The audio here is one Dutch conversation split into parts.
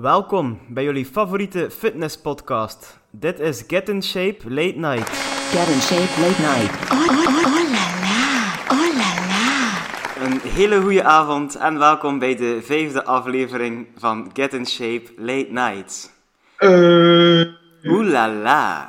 Welkom bij jullie favoriete fitnesspodcast. Dit is Get in Shape Late Night. Get in Shape Late Night. Oh la la, oh la la. Een hele goede avond en welkom bij de 5e aflevering van Get in Shape Late Night. Oeh la la.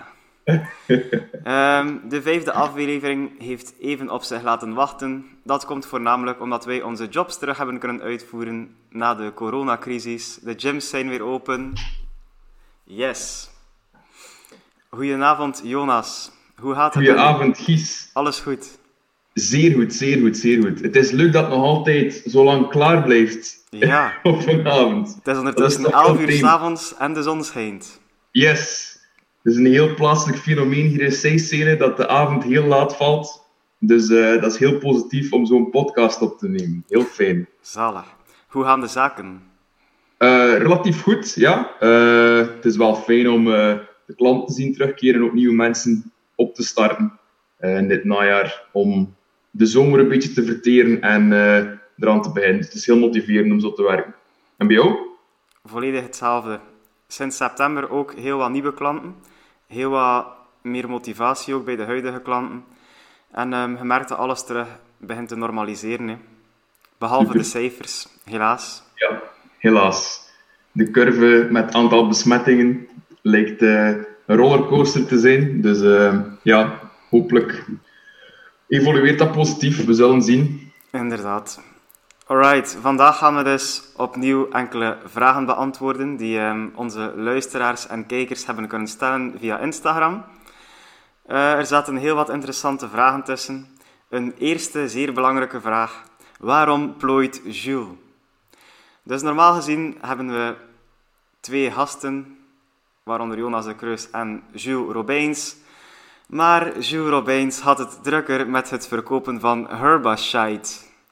De 5e aflevering heeft even op zich laten wachten. Dat komt voornamelijk omdat wij onze jobs terug hebben kunnen uitvoeren na de coronacrisis. De gyms zijn weer open. Yes. Goedenavond, Jonas. Hoe gaat het? Goedenavond, Gies. Alles goed? Zeer goed, zeer goed, zeer goed. Het is leuk dat het nog altijd zo lang klaar blijft. Ja. Op een avond. Het is ondertussen 11 uur 's avonds en de zon schijnt. Yes. Het is een heel plaatselijk fenomeen hier in Seysselen dat de avond heel laat valt. Dus dat is heel positief om zo'n podcast op te nemen. Heel fijn. Zalig. Hoe gaan de zaken? Relatief goed, ja. Het is wel fijn om de klanten te zien terugkeren en opnieuw mensen op te starten in dit najaar. Om de zomer een beetje te verteren en eraan te beginnen. Dus het is heel motiverend om zo te werken. En bij jou? Volledig hetzelfde. Sinds september ook heel wat nieuwe klanten. Heel wat meer motivatie ook bij de huidige klanten. En je merkt dat alles terug begint te normaliseren. Hè. Behalve de cijfers, helaas. Ja, helaas. De curve met het aantal besmettingen lijkt een rollercoaster te zijn. Dus ja, hopelijk evolueert dat positief. We zullen zien. Inderdaad. Alright, vandaag gaan we dus opnieuw enkele vragen beantwoorden die onze luisteraars en kijkers hebben kunnen stellen via Instagram. Er zaten heel wat interessante vragen tussen. Een eerste zeer belangrijke vraag. Waarom plooit Jules? Dus normaal gezien hebben we 2 gasten, waaronder Jonas de Kreus en Jules Robijns. Maar Jules Robijns had het drukker met het verkopen van Herbashite.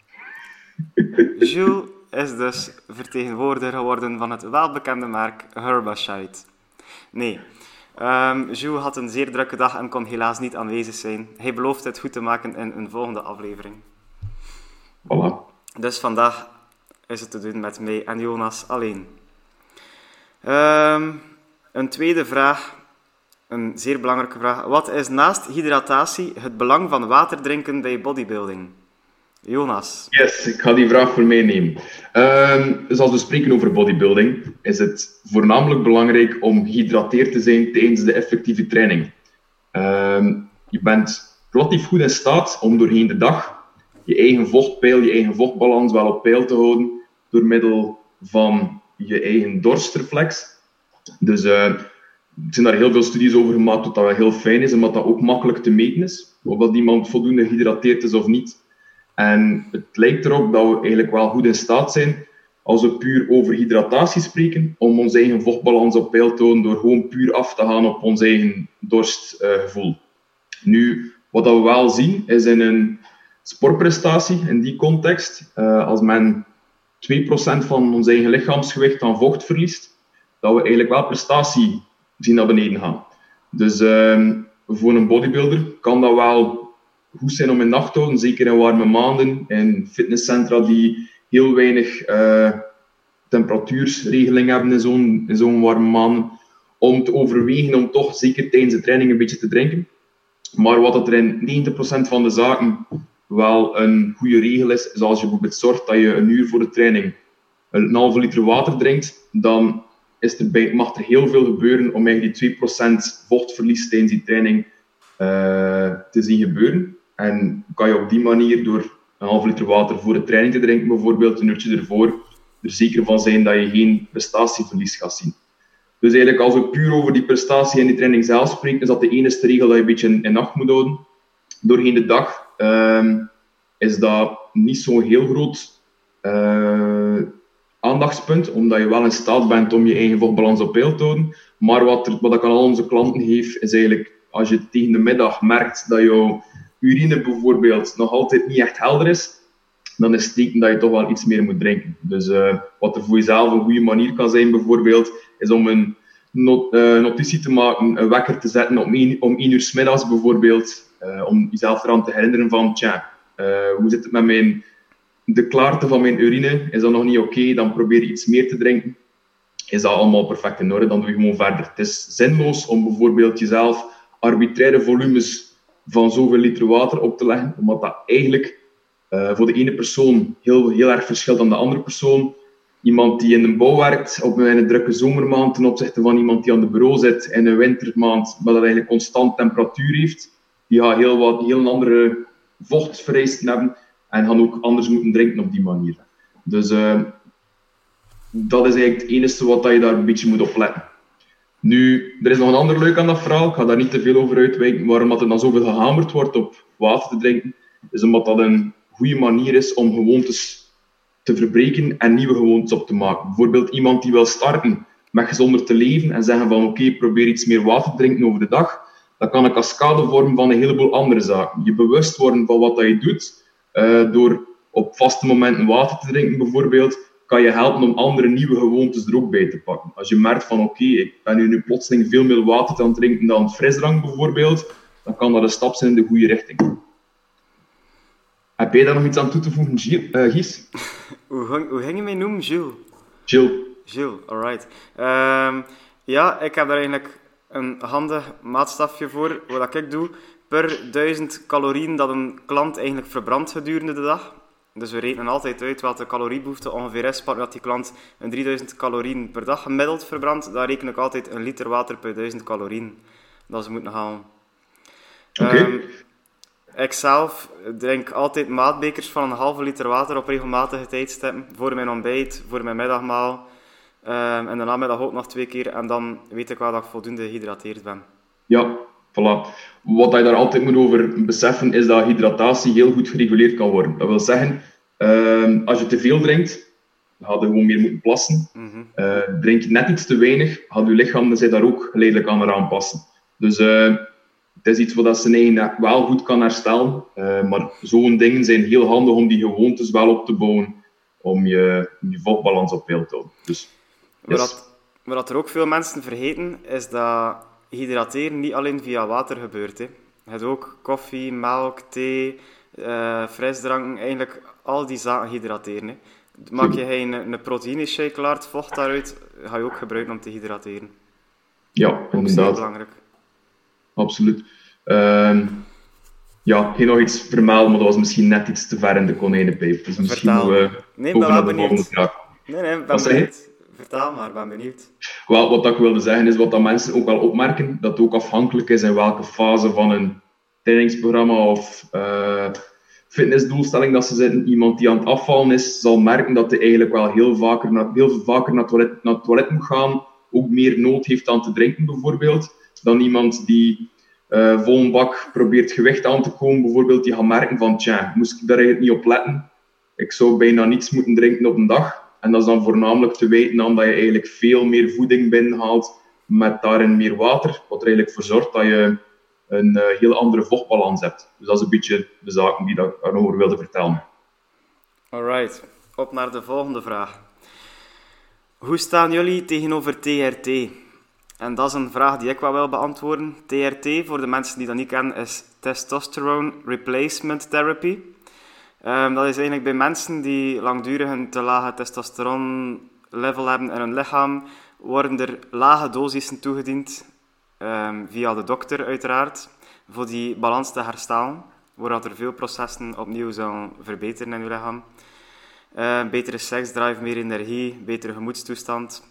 Jules is dus vertegenwoordiger geworden van het welbekende merk Herbashite. Nee, Jules had een zeer drukke dag en kon helaas niet aanwezig zijn. Hij belooft het goed te maken in een volgende aflevering. Voilà. Dus vandaag is het te doen met mij en Jonas alleen. Een tweede vraag, een zeer belangrijke vraag. Wat is naast hydratatie het belang van water drinken bij bodybuilding? Jonas. Yes, ik ga die vraag voor mij nemen. Dus als we spreken over bodybuilding, is het voornamelijk belangrijk om gehydrateerd te zijn tijdens de effectieve training. Je bent relatief goed in staat om doorheen de dag je eigen vochtpeil, je eigen vochtbalans wel op peil te houden door middel van je eigen dorstreflex. Dus er zijn daar heel veel studies over gemaakt, wat dat wel heel fijn is, omdat dat ook makkelijk te meten is, of dat iemand voldoende gehydrateerd is of niet. En het lijkt erop dat we eigenlijk wel goed in staat zijn, als we puur over hydratatie spreken, om onze eigen vochtbalans op peil te houden door gewoon puur af te gaan op ons eigen dorstgevoel. Nu, wat we wel zien, is in een sportprestatie, in die context, als men 2% van ons eigen lichaamsgewicht aan vocht verliest, dat we eigenlijk wel prestatie zien naar beneden gaan. Dus voor een bodybuilder kan dat wel goed zijn om in nacht te houden, zeker in warme maanden, in fitnesscentra die heel weinig temperatuursregeling hebben in zo'n warme maanden, om te overwegen om toch zeker tijdens de training een beetje te drinken. Maar wat er in 90% van de zaken wel een goede regel is, is als je bijvoorbeeld zorgt dat je een uur voor de training een halve liter water drinkt, dan mag er heel veel gebeuren om eigenlijk die 2% vochtverlies tijdens die training te zien gebeuren. En kan je op die manier door een halve liter water voor de training te drinken, bijvoorbeeld een uurtje ervoor, er zeker van zijn dat je geen prestatieverlies gaat zien. Dus eigenlijk als we puur over die prestatie en die training zelf spreken, is dat de enige regel dat je een beetje in acht moet houden. Doorheen de dag is dat niet zo'n heel groot aandachtspunt, omdat je wel in staat bent om je eigen vochtbalans op peil te houden. Maar wat ik aan al onze klanten geef, is eigenlijk als je tegen de middag merkt dat jouw urine bijvoorbeeld nog altijd niet echt helder is, dan is het teken dat je toch wel iets meer moet drinken. Dus wat er voor jezelf een goede manier kan zijn bijvoorbeeld, is om een notitie te maken, een wekker te zetten om 1 uur 's middags bijvoorbeeld, om jezelf eraan te herinneren van, hoe zit het met de klaarte van mijn urine? Is dat nog niet oké? Dan probeer je iets meer te drinken. is dat allemaal perfect in orde. Dan doe je gewoon verder. Het is zinloos om bijvoorbeeld jezelf arbitraire volumes van zoveel liter water op te leggen, omdat dat eigenlijk voor de ene persoon heel erg verschilt dan de andere persoon. Iemand die in de bouw werkt op een drukke zomermaand ten opzichte van iemand die aan de bureau zit in een wintermaand, maar dat eigenlijk constant temperatuur heeft, die gaat heel een andere vochtvereisten hebben en gaan ook anders moeten drinken op die manier. Dus dat is eigenlijk het enige wat je daar een beetje moet op letten. Nu, er is nog een ander leuk aan dat verhaal. Ik ga daar niet te veel over uitwijken. Waarom er dan zoveel gehamerd wordt op water te drinken, is omdat dat een goede manier is om gewoontes te verbreken en nieuwe gewoontes op te maken. Bijvoorbeeld iemand die wil starten met gezonder te leven en zeggen van oké, probeer iets meer water te drinken over de dag. Dat kan een cascade vormen van een heleboel andere zaken. Je bewust worden van wat dat je doet, door op vaste momenten water te drinken bijvoorbeeld, kan je helpen om andere nieuwe gewoontes er ook bij te pakken. Als je merkt van oké, ik ben nu plotseling veel meer water aan het drinken dan frisdrank bijvoorbeeld, dan kan dat een stap zijn in de goede richting. Heb jij daar nog iets aan toe te voegen, Gies? Hoe ging je mij noemen? Gilles, alright. Ja, ik heb daar eigenlijk een handig maatstafje voor. Wat ik doe, per 1000 calorieën dat een klant eigenlijk verbrandt gedurende de dag. Dus we rekenen altijd uit wat de caloriebehoefte ongeveer is. Dat die klant een 3000 calorieën per dag gemiddeld verbrandt. Dan reken ik altijd een liter water per 1000 calorieën dat ze moeten halen. Oké. Ik zelf drink altijd maatbekers van een halve liter water op regelmatige tijdstippen. Voor mijn ontbijt, voor mijn middagmaal. En de namiddag ook nog 2 keer. En dan weet ik wel dat ik voldoende gehydrateerd ben. Ja, voilà. Wat je daar altijd moet over beseffen, is dat hydratatie heel goed gereguleerd kan worden. Dat wil zeggen, als je te veel drinkt, dan ga je gewoon meer moeten plassen. Drink je net iets te weinig, gaat je lichaam zich daar ook geleidelijk aan aanpassen. Dus het is iets wat zijn eigen wel goed kan herstellen. Maar zo'n dingen zijn heel handig om die gewoontes wel op te bouwen, om je vochtbalans op peil te houden. Dus, yes. Wat er ook veel mensen vergeten, is dat hydrateren niet alleen via water gebeurt. Hè. Je hebt ook koffie, melk, thee, frisdranken, eigenlijk al die zaken hydrateren. Hè. Maak je een proteïneshake klaar, het vocht daaruit, ga je ook gebruiken om te hydrateren. Ja, ook inderdaad. zeer belangrijk. Absoluut. Ja, ik ging nog iets vermelden, maar dat was misschien net iets te ver in de konijnenpijp. Dus misschien nee, over naar de benieuwd. volgende vraag. Nee, ben benieuwd. Vertel maar, ben benieuwd. Wel, wat ik wilde zeggen is wat dat mensen ook wel opmerken, dat het ook afhankelijk is in welke fase van een trainingsprogramma of fitnessdoelstelling dat ze zitten. Iemand die aan het afvallen is, zal merken dat hij eigenlijk wel heel vaker naar het toilet moet gaan, ook meer nood heeft aan te drinken bijvoorbeeld, dan iemand die vol een bak probeert gewicht aan te komen bijvoorbeeld, die gaat merken van tja, moest ik daar eigenlijk niet op letten? Ik zou bijna niets moeten drinken op een dag. En dat is dan voornamelijk te wijten aan dat je eigenlijk veel meer voeding binnenhaalt met daarin meer water, wat er eigenlijk voor zorgt dat je een heel andere vochtbalans hebt. Dus dat is een beetje de zaken die ik daarover wilde vertellen. Alright, op naar de volgende vraag. Hoe staan jullie tegenover TRT? En dat is een vraag die ik wel wil beantwoorden. TRT, voor de mensen die dat niet kennen, is Testosterone Replacement Therapy. Dat is eigenlijk bij mensen die langdurig een te lage testosteron level hebben in hun lichaam, worden er lage dosissen toegediend, via de dokter uiteraard, voor die balans te herstellen, waar er veel processen opnieuw zullen verbeteren in je lichaam. Betere seksdrive, meer energie, betere gemoedstoestand.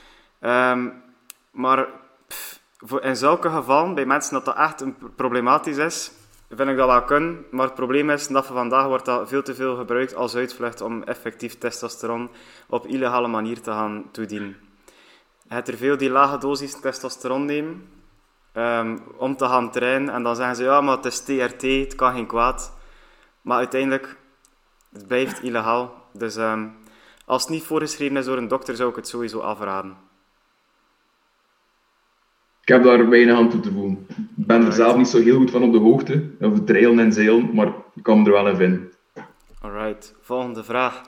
Maar in zulke gevallen, bij mensen dat echt problematisch is, vind ik dat wel kunnen, maar het probleem is dat vandaag wordt dat veel te veel gebruikt als uitvlucht om effectief testosteron op illegale manier te gaan toedienen. Je hebt er veel die lage dosis testosteron nemen om te gaan trainen en dan zeggen ze ja, maar het is TRT, het kan geen kwaad. Maar uiteindelijk, het blijft illegaal. Dus als het niet voorgeschreven is door een dokter, zou ik het sowieso afraden. Ik heb daar weinig aan toe te voegen. Ik ben er zelf niet zo heel goed van op de hoogte, over trailen en zeilen, maar ik kan me er wel in vinden. Alright, volgende vraag.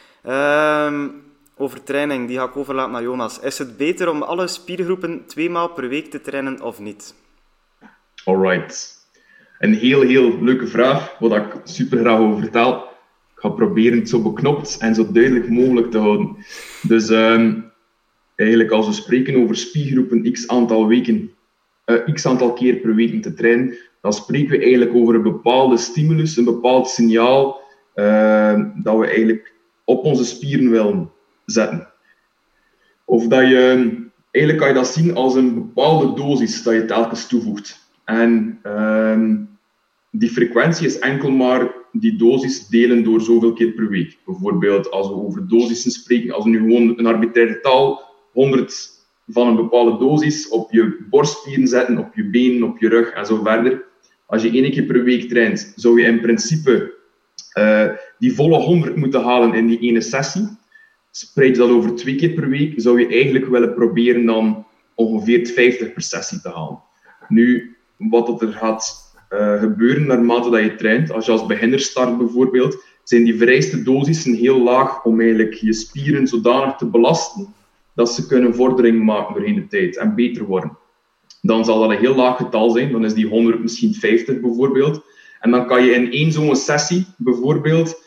Over training, die ga ik overlaten naar Jonas. Is het beter om alle spiergroepen 2 maal per week te trainen of niet? Alright. Een heel leuke vraag, waar ik super graag over vertel. Ik ga proberen het zo beknopt en zo duidelijk mogelijk te houden. Dus eigenlijk als we spreken over spiergroepen x aantal weken, x aantal keer per week te trainen, dan spreken we eigenlijk over een bepaalde stimulus, een bepaald signaal dat we eigenlijk op onze spieren willen zetten. Of dat je, eigenlijk kan je dat zien als een bepaalde dosis dat je telkens toevoegt. En die frequentie is enkel maar die dosis delen door zoveel keer per week. Bijvoorbeeld als we over dosissen spreken, als we nu gewoon een arbitrair getal, 100 van een bepaalde dosis op je borstspieren zetten, op je benen, op je rug en zo verder. Als je 1 keer per week traint, zou je in principe die volle 100 moeten halen in die ene sessie. Spreid je dat over 2 keer per week, zou je eigenlijk willen proberen dan ongeveer 50 per sessie te halen. Nu, wat er gaat gebeuren naarmate dat je traint, als je als beginner start bijvoorbeeld, zijn die vereiste dosissen heel laag om eigenlijk je spieren zodanig te belasten dat ze kunnen vordering maken doorheen de tijd en beter worden. Dan zal dat een heel laag getal zijn, dan is die 100 misschien 50 bijvoorbeeld. En dan kan je in één zo'n sessie bijvoorbeeld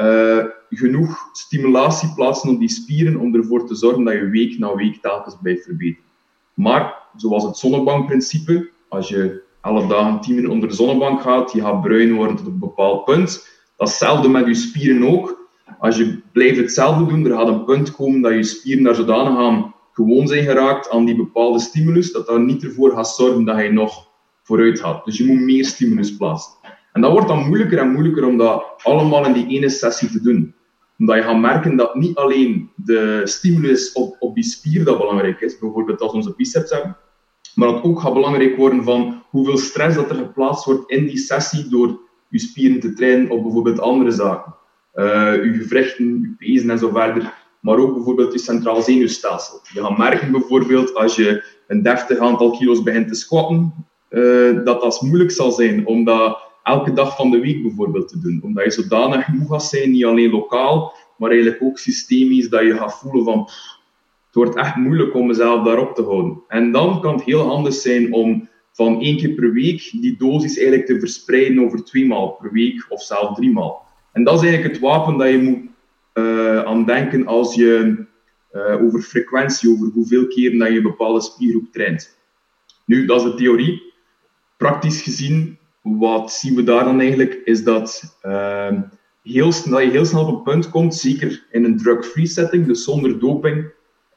genoeg stimulatie plaatsen op die spieren om ervoor te zorgen dat je week na week telkens blijft verbeteren. Maar, zoals het zonnebankprincipe, als je alle dagen 10 minuten onder de zonnebank gaat, je gaat bruin worden tot een bepaald punt. Datzelfde met je spieren ook. Als je blijft hetzelfde doen, er gaat een punt komen dat je spieren daar zodanig aan gewoon zijn geraakt aan die bepaalde stimulus, dat dat niet ervoor gaat zorgen dat je nog vooruit gaat. Dus je moet meer stimulus plaatsen. En dat wordt dan moeilijker en moeilijker om dat allemaal in die ene sessie te doen. Omdat je gaat merken dat niet alleen de stimulus op die spier dat belangrijk is, bijvoorbeeld als we onze biceps hebben, maar dat ook gaat belangrijk worden van hoeveel stress dat er geplaatst wordt in die sessie door je spieren te trainen op bijvoorbeeld andere zaken. Je gewrichten, je pezen en zo verder, maar ook bijvoorbeeld je centraal zenuwstelsel. Je gaat merken bijvoorbeeld als je een deftig aantal kilo's begint te squatten, dat moeilijk zal zijn om dat elke dag van de week bijvoorbeeld te doen. Omdat je zodanig moe gaat zijn, niet alleen lokaal, maar eigenlijk ook systemisch, dat je gaat voelen van het wordt echt moeilijk om mezelf daarop te houden. En dan kan het heel handig zijn om van 1 keer per week die dosis eigenlijk te verspreiden over 2 maal per week of zelfs 3 maal. En dat is eigenlijk het wapen dat je moet aan denken als je over frequentie, over hoeveel keer dat je een bepaalde spiergroep traint. Nu, dat is de theorie. Praktisch gezien, wat zien we daar dan eigenlijk, is dat je heel snel op een punt komt, zeker in een drug-free setting, dus zonder doping,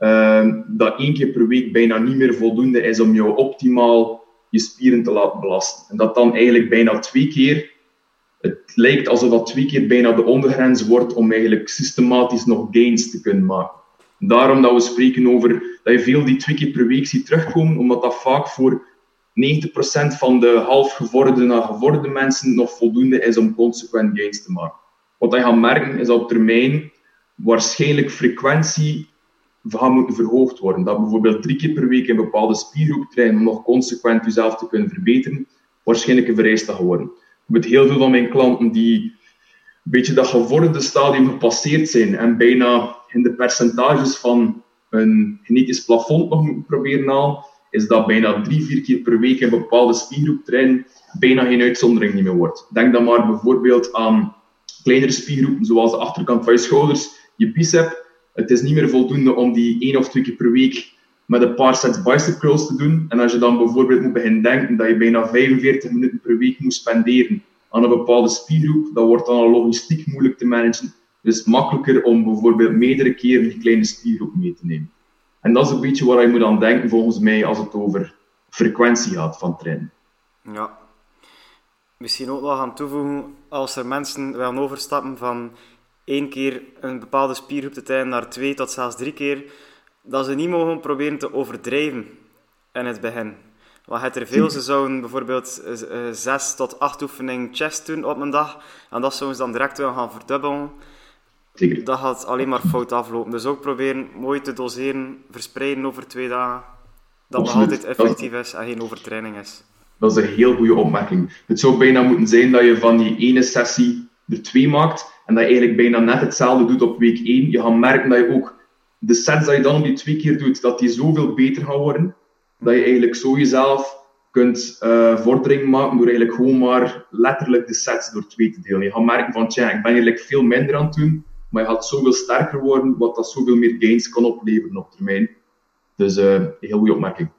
dat 1 keer per week bijna niet meer voldoende is om jou optimaal je spieren te laten belasten. En dat dan eigenlijk bijna 2 keer, het lijkt alsof dat 2 keer bijna de ondergrens wordt om eigenlijk systematisch nog gains te kunnen maken. Daarom dat we spreken over dat je veel die 2 keer per week ziet terugkomen, omdat dat vaak voor 90% van de half gevorderde naar gevorderde mensen nog voldoende is om consequent gains te maken. Wat je gaat merken is dat op termijn waarschijnlijk frequentie gaat moeten verhoogd worden. Dat bijvoorbeeld 3 keer per week een bepaalde spiergroep trainen om nog consequent jezelf te kunnen verbeteren, waarschijnlijk een vereiste gaat worden. Met heel veel van mijn klanten die een beetje dat gevorderde stadium gepasseerd zijn en bijna in de percentages van een genetisch plafond nog moeten proberen halen, is dat bijna 3-4 keer per week een bepaalde spiergroep trainen bijna geen uitzondering niet meer wordt. Denk dan maar bijvoorbeeld aan kleinere spiergroepen, zoals de achterkant van je schouders, je bicep. Het is niet meer voldoende om die 1 of 2 keer per week met een paar sets bicep curls te doen. En als je dan bijvoorbeeld moet beginnen denken dat je bijna 45 minuten per week moet spenderen aan een bepaalde spiergroep, dat wordt dan al logistiek moeilijk te managen. Dus makkelijker om bijvoorbeeld meerdere keren die kleine spiergroep mee te nemen. En dat is een beetje waar je moet aan denken, volgens mij, als het over frequentie gaat van trainen. Ja. Misschien ook nog aan toevoegen, als er mensen willen overstappen van 1 keer een bepaalde spiergroep te trainen naar 2 tot zelfs 3 keer, dat ze niet mogen proberen te overdrijven in het begin. Want het er veel, ze zouden bijvoorbeeld 6 tot 8 oefeningen chest doen op een dag, en dat zouden ze dan direct willen gaan verdubbelen. Zeker. Dat gaat alleen maar fout aflopen. Dus ook proberen mooi te doseren, verspreiden over 2 dagen, dat nog altijd effectief is en geen overtraining is. Dat is een heel goede opmerking. Het zou bijna moeten zijn dat je van die ene sessie er 2 maakt en dat je eigenlijk bijna net hetzelfde doet op week 1. Je gaat merken dat je ook de sets dat je dan op die 2 keer doet, dat die zoveel beter gaan worden, dat je eigenlijk zo jezelf kunt vordering maken door eigenlijk gewoon maar letterlijk de sets door 2 te delen. Je gaat merken van, tja, ik ben eigenlijk veel minder aan het doen, maar je gaat zoveel sterker worden, wat dat zoveel meer gains kan opleveren op termijn. Dus heel goede opmerking.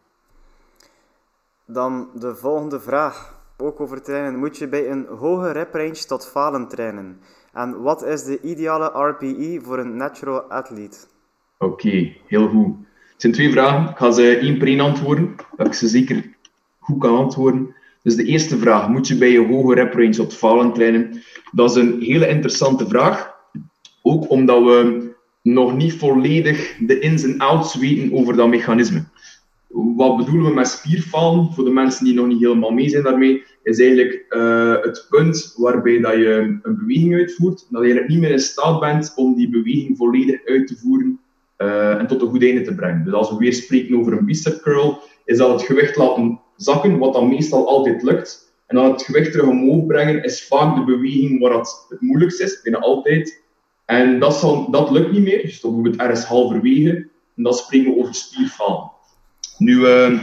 Dan de volgende vraag. Ook over trainen. Moet je bij een hoge rep-range tot falen trainen? En wat is de ideale RPE voor een natural athlete? Oké, heel goed. Het zijn 2 vragen. Ik ga ze 1 per 1 antwoorden, dat ik ze zeker goed kan antwoorden. Dus de eerste vraag, moet je bij je hoge rep-range tot falen trainen? Dat is een hele interessante vraag. Ook omdat we nog niet volledig de ins en outs weten over dat mechanisme. Wat bedoelen we met spierfalen? Voor de mensen die nog niet helemaal mee zijn daarmee, is eigenlijk het punt waarbij dat je een beweging uitvoert, dat je eigenlijk niet meer in staat bent om die beweging volledig uit te voeren en tot een goed einde te brengen. Dus als we weer spreken over een bicep curl, is dat het gewicht laten zakken, wat dan meestal altijd lukt. En dan het gewicht terug omhoog brengen, is vaak de beweging waar het moeilijkst is, bijna altijd. En dat lukt niet meer, dus dan moet het ergens halverwege. En dan spreken we over spierfalen. Nu,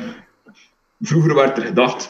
vroeger werd er gedacht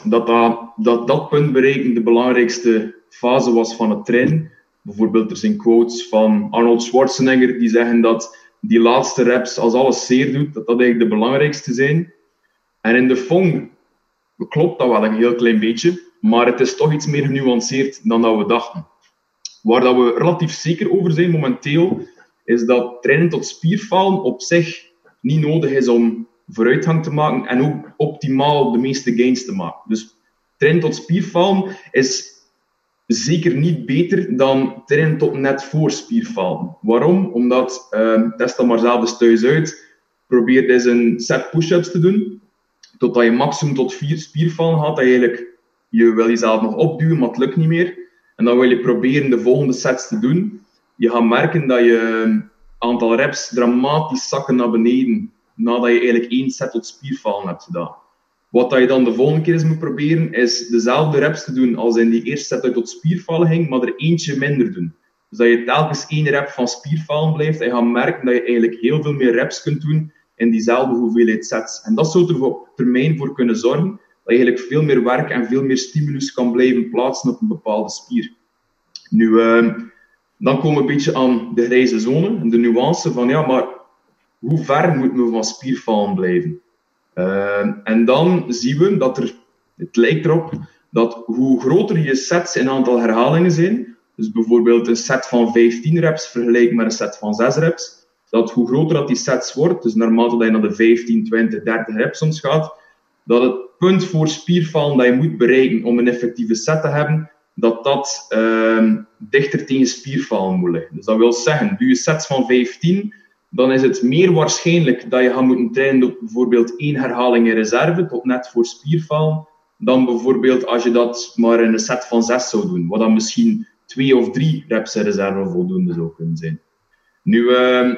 dat punt bereiken de belangrijkste fase was van het trainen. Bijvoorbeeld, er zijn quotes van Arnold Schwarzenegger die zeggen dat die laatste reps, als alles zeer doet, dat eigenlijk de belangrijkste zijn. En in de fond klopt dat wel een heel klein beetje, maar het is toch iets meer genuanceerd dan dat we dachten. Waar dat we relatief zeker over zijn momenteel, is dat trainen tot spierfalen op zich niet nodig is om vooruitgang te maken en ook optimaal de meeste gains te maken. Dus trainen tot spierfalen is zeker niet beter dan trainen tot net voor spierfalen. Waarom? Omdat, test dat maar zelf eens thuis uit, probeer eens een set push-ups te doen, totdat je maximum tot 4 spierfalen gaat, dat je eigenlijk, je wil jezelf nog opduwen, maar het lukt niet meer. En dan wil je proberen de volgende sets te doen. Je gaat merken dat je aantal reps dramatisch zakken naar beneden, nadat je eigenlijk 1 set tot spierfalen hebt gedaan. Wat dat je dan de volgende keer eens moet proberen, is dezelfde reps te doen als in die eerste set uit tot spierfalen ging, maar er eentje minder doen. Dus dat je telkens 1 rep van spierfalen blijft en je gaat merken dat je eigenlijk heel veel meer reps kunt doen in diezelfde hoeveelheid sets. En dat zou er op termijn voor kunnen zorgen dat je eigenlijk veel meer werk en veel meer stimulus kan blijven plaatsen op een bepaalde spier. Nu, dan komen we een beetje aan de grijze zone en de nuance van, ja, maar hoe ver moeten we van spierfalen blijven? En dan zien we dat het lijkt erop dat hoe groter je sets in aantal herhalingen zijn, dus bijvoorbeeld een set van 15 reps vergelijken met een set van 6 reps, dat hoe groter dat die sets wordt, dus naarmate dat je naar de 15, 20, 30 reps soms gaat, dat het punt voor spierfalen dat je moet bereiken om een effectieve set te hebben, dat dichter tegen spierfalen moet liggen. Dus dat wil zeggen, doe je sets van 15, dan is het meer waarschijnlijk dat je gaat moeten trainen op bijvoorbeeld 1 herhaling in reserve, tot net voor spierfalen, dan bijvoorbeeld als je dat maar in een set van 6 zou doen, wat dan misschien 2 of 3 reps in reserve voldoende zou kunnen zijn. Nu,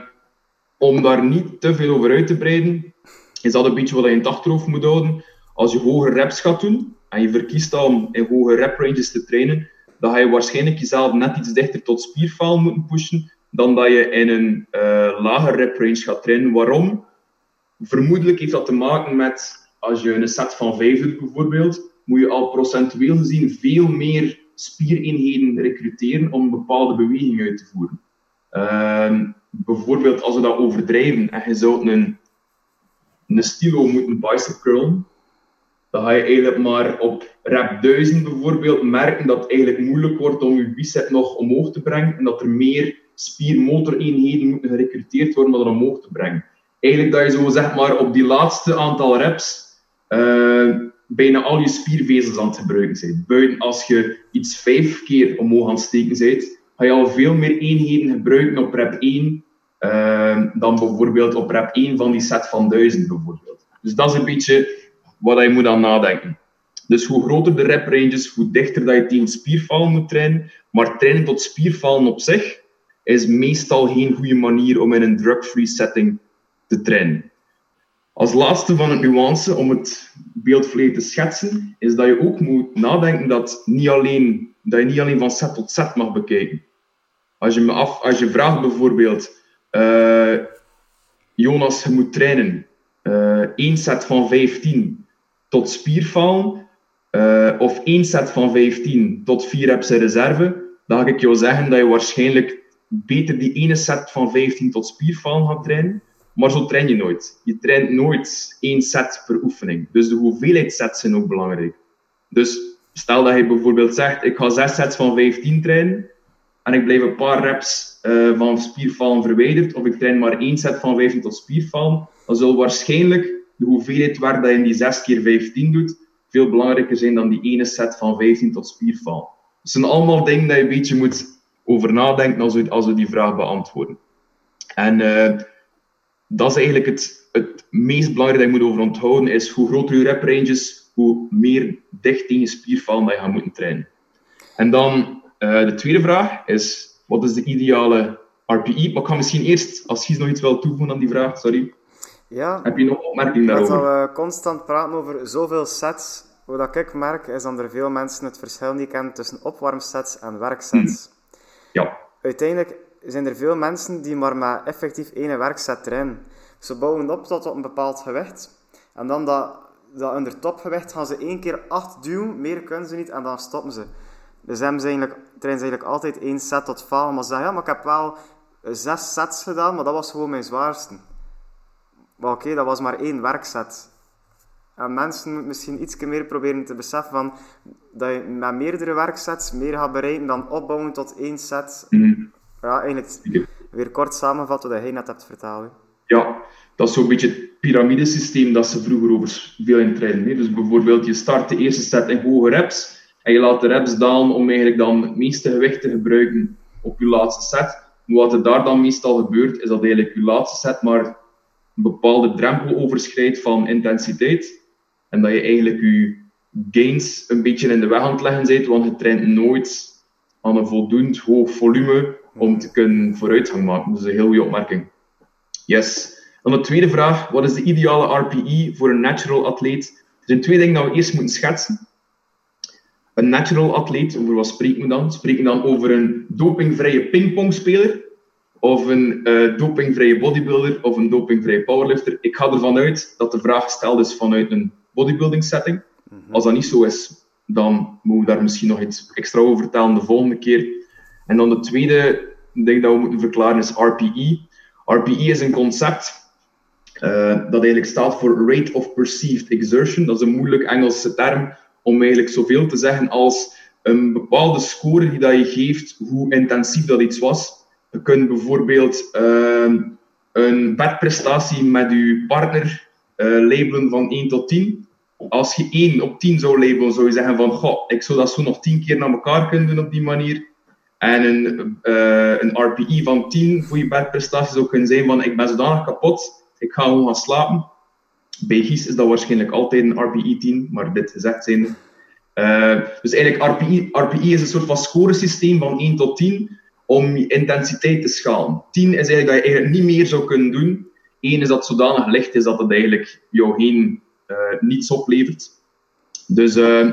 om daar niet te veel over uit te breiden, is dat een beetje wat je in het achterhoofd moet houden. Als je hoge reps gaat doen, en je verkiest om in hoge rep ranges te trainen, dan ga je waarschijnlijk jezelf net iets dichter tot spierfalen moeten pushen, dan dat je in een lage rep range gaat trainen. Waarom? Vermoedelijk heeft dat te maken met, als je een set van 5 doet bijvoorbeeld, moet je al procentueel gezien veel meer spiereenheden recruteren om een bepaalde beweging uit te voeren. Bijvoorbeeld als we dat overdrijven en je zou een stilo moeten bicep curlen, dan ga je eigenlijk maar op rep 1000 bijvoorbeeld merken dat het eigenlijk moeilijk wordt om je bicep nog omhoog te brengen en dat er meer spiermotoreenheden moeten gerecruiteerd worden om dat omhoog te brengen. Eigenlijk dat je zo zeg maar op die laatste aantal reps bijna al je spiervezels aan het gebruiken bent. Buiten als je iets 5 keer omhoog aan het steken bent, ga je al veel meer eenheden gebruiken op rep 1 dan bijvoorbeeld op rep 1 van die set van 1000 bijvoorbeeld. Dus dat is een beetje wat je moet aan nadenken. Dus hoe groter de rep ranges, hoe dichter dat je tegen spierfalen moet trainen. Maar trainen tot spierfalen op zich is meestal geen goede manier om in een drug-free setting te trainen. Als laatste van het nuance, om het beeld volledig te schetsen, is dat je ook moet nadenken dat je niet alleen van set tot set mag bekijken. Als je vraagt bijvoorbeeld, Jonas, je moet trainen 1 set van 15 tot spierfalen, of 1 set van 15 tot 4 reps in reserve, dan ga ik jou zeggen dat je waarschijnlijk beter die ene set van 15 tot spierfalen gaat trainen, maar zo train je nooit. Je traint nooit 1 set per oefening. Dus de hoeveelheid sets zijn ook belangrijk. Dus stel dat je bijvoorbeeld zegt, ik ga 6 sets van 15 trainen, en ik blijf een paar reps van spiervallen verwijderd, of ik train maar 1 set van 15 tot spiervallen, dan zal waarschijnlijk de hoeveelheid werk dat je in die 6 keer 15 doet, veel belangrijker zijn dan die ene set van 15 tot spiervallen. Het zijn allemaal dingen dat je een beetje moet over nadenken als we die vraag beantwoorden. En dat is eigenlijk het meest belangrijke dat je moet over onthouden, is hoe groter je rep range is, hoe meer dicht in je spiervallen dat je gaat moeten trainen. En dan de tweede vraag is, wat is de ideale RPE? Maar ik ga misschien eerst, als Gies nog iets wil toevoegen aan die vraag, sorry. Ja, heb je nog een opmerking daarover? Dat we constant praten over zoveel sets, wat ik merk, is dat er veel mensen het verschil niet kennen tussen opwarmsets en werksets. Ja. Uiteindelijk zijn er veel mensen die maar met effectief 1 werkset trainen. Ze bouwen op tot een bepaald gewicht. En dan dat onder topgewicht gaan ze 1 keer 8 duwen, meer kunnen ze niet en dan stoppen ze. Dus trainen ze eigenlijk altijd 1 set tot falen. Maar ze zeggen, ja, maar ik heb wel 6 sets gedaan, maar dat was gewoon mijn zwaarste. Maar oké, dat was maar 1 werkset. En mensen moeten misschien iets meer proberen te beseffen van, dat je met meerdere werksets meer gaat bereiken dan opbouwen tot 1 set. Ja, eigenlijk weer kort samenvat wat jij net hebt verteld. Hè. Ja, dat is zo'n beetje het piramidesysteem dat ze vroeger over veel in trainen. Dus bijvoorbeeld, je start de eerste set in hoge reps en je laat de reps dalen om eigenlijk dan het meeste gewicht te gebruiken op je laatste set. Wat er daar dan meestal gebeurt, is dat eigenlijk je laatste set maar een bepaalde drempel overschrijdt van intensiteit. En dat je eigenlijk je gains een beetje in de weg aan het leggen bent, want je traint nooit aan een voldoend hoog volume om te kunnen vooruitgang maken. Dat is een heel goede opmerking. Yes. Dan de tweede vraag. Wat is de ideale RPE voor een natural atleet? Er zijn 2 dingen dat we eerst moeten schetsen. Een natural atleet, over wat spreken we dan? Spreken we dan over een dopingvrije pingpongspeler? Of een dopingvrije bodybuilder? Of een dopingvrije powerlifter? Ik ga ervan uit dat de vraag gesteld is vanuit een bodybuilding setting. Als dat niet zo is, dan moeten we daar misschien nog iets extra over vertellen de volgende keer. En dan de tweede ding dat we moeten verklaren is RPE. RPE is een concept dat eigenlijk staat voor Rate of Perceived Exertion. Dat is een moeilijk Engelse term om eigenlijk zoveel te zeggen als een bepaalde score die dat je geeft, hoe intensief dat iets was. Je kunt bijvoorbeeld een bedprestatie met je partner labelen van 1 tot 10. Als je 1 op 10 zou labelen, zou je zeggen van, goh, ik zou dat zo nog 10 keer naar elkaar kunnen doen op die manier. En een RPE van 10 voor je bedprestatie zou kunnen zijn van, ik ben zodanig kapot, ik ga gewoon gaan slapen. Bij Gies is dat waarschijnlijk altijd een RPE 10, maar dit gezegd zijnde. Dus eigenlijk RPE is een soort van scoresysteem van 1 tot 10 om je intensiteit te schalen. 10 is eigenlijk dat je eigenlijk niet meer zou kunnen doen. 1 is dat zodanig licht is dat het eigenlijk jou geen niets oplevert. Dus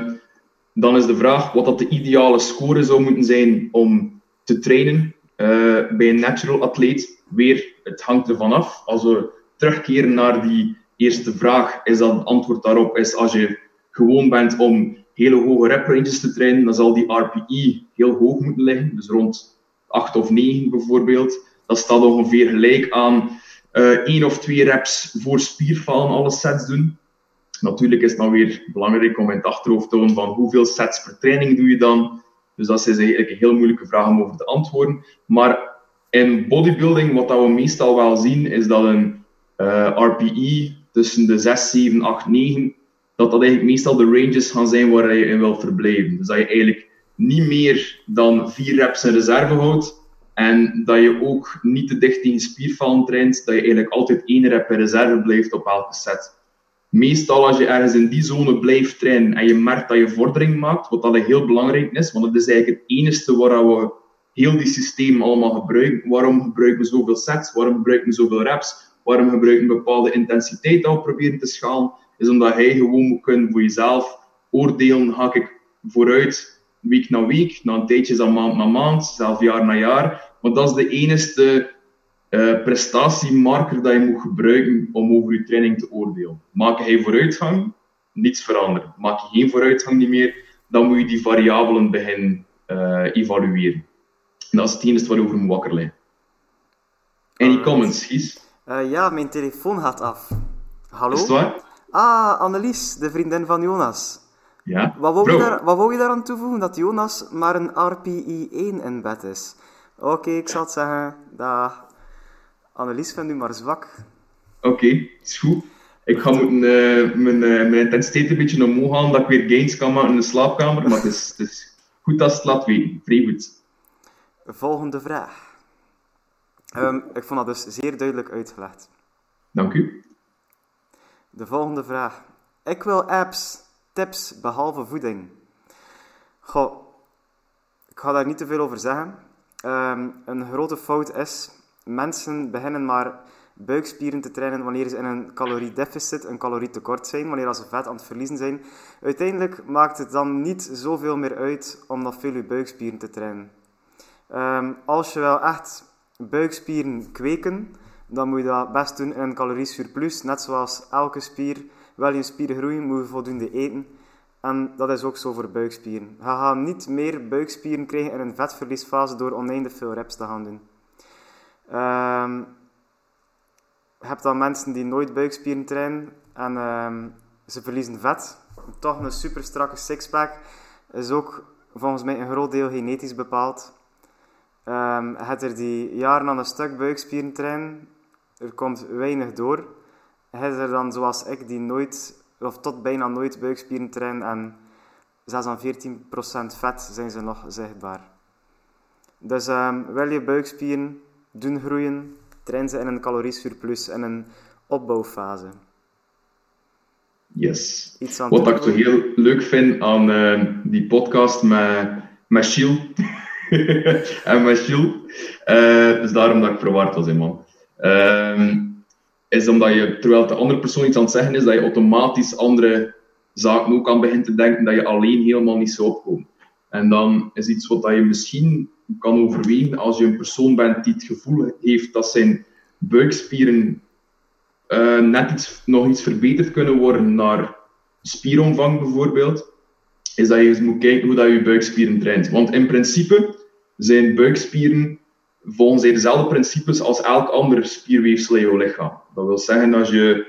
dan is de vraag wat dat de ideale score zou moeten zijn om te trainen bij een natural atleet. Weer, het hangt ervan af. Als we terugkeren naar die eerste vraag, is dat het antwoord daarop is als je gewoon bent om hele hoge rep ranges te trainen, dan zal die RPE heel hoog moeten liggen. Dus rond 8 of 9 bijvoorbeeld. Dat staat ongeveer gelijk aan 1 of 2 reps voor spiervallen alle sets doen. Natuurlijk is het dan weer belangrijk om in het achterhoofd te houden van hoeveel sets per training doe je dan. Dus dat is eigenlijk een heel moeilijke vraag om over te antwoorden. Maar in bodybuilding, wat dat we meestal wel zien, is dat een RPE tussen de 6, 7, 8, 9, dat eigenlijk meestal de ranges gaan zijn waar je in wilt verblijven. Dus dat je eigenlijk niet meer dan 4 reps in reserve houdt. En dat je ook niet te dicht tegen spiervallen traint, dat je eigenlijk altijd 1 rep in reserve blijft op elke set. Meestal als je ergens in die zone blijft trainen en je merkt dat je vordering maakt, wat dat heel belangrijk is, want het is eigenlijk het enige waar we heel die systeem allemaal gebruiken. Waarom gebruiken we zoveel sets? Waarom gebruiken we zoveel reps? Waarom gebruiken we een bepaalde intensiteit dat we proberen te schalen? Is omdat hij gewoon moet kunnen voor jezelf oordelen, ga ik vooruit week na week, na een tijdje is dat maand na maand, zelfs jaar na jaar. Maar dat is de enige prestatiemarker dat je moet gebruiken om over je training te oordelen. Maak je vooruitgang? Niets veranderen. Maak je geen vooruitgang niet meer, dan moet je die variabelen beginnen evalueren. En dat is het enige waarover moet wakker liggen. Any comments, Gies? Ja, mijn telefoon gaat af. Hallo? Is het waar? Ah, Annelies, de vriendin van Jonas. Ja. Wat wou je daaraan toevoegen? Dat Jonas maar een RPI 1 in bed is. Oké, ik zal het zeggen. Dag. Annelies vindt u maar zwak. Oké, is goed. Ik ga moeten mijn intensiteit een beetje omhoog halen, dat ik weer gains kan maken in de slaapkamer. Maar het is goed dat ze het laat weten. Vrij goed. Volgende vraag. Ik vond dat dus zeer duidelijk uitgelegd. Dank u. De volgende vraag. Ik wil apps, tips, behalve voeding. Goh, ik ga daar niet te veel over zeggen. Een grote fout is, mensen beginnen maar buikspieren te trainen wanneer ze in een caloriedeficit, een calorietekort zijn, wanneer ze vet aan het verliezen zijn. Uiteindelijk maakt het dan niet zoveel meer uit om nog veel je buikspieren te trainen. Als je wel echt buikspieren kweken, dan moet je dat best doen in een caloriesurplus. Net zoals elke spier, wil je spieren groeien, moet je voldoende eten. En dat is ook zo voor buikspieren. Je gaat niet meer buikspieren krijgen in een vetverliesfase door oneindig veel reps te gaan doen. Je hebt dan mensen die nooit buikspieren trainen en ze verliezen vet. Toch een super strakke sixpack is ook volgens mij een groot deel genetisch bepaald. Je hebt er die jaren aan een stuk buikspieren trainen, er komt weinig door. Je hebt er dan zoals ik die nooit of tot bijna nooit buikspieren trainen en zelfs aan 14% vet zijn ze nog zichtbaar. Dus wil je buikspieren doen groeien, train ze in een caloriesurplus in een opbouwfase. Yes. Iets aan Wat ik zo heel leuk vind aan die podcast met Gilles en met Gilles, dus daarom dat ik verward was, man. Is omdat je, terwijl de andere persoon iets aan het zeggen is, dat je automatisch andere zaken ook aan begint te denken, dat je alleen helemaal niet zou opkomen. En dan is iets wat je misschien kan overwegen als je een persoon bent die het gevoel heeft dat zijn buikspieren nog iets verbeterd kunnen worden naar spieromvang bijvoorbeeld, is dat je eens moet kijken hoe dat je buikspieren traint. Want in principe zijn buikspieren volgens dezelfde principes als elk ander spierweefsel in je lichaam. Dat wil zeggen, als je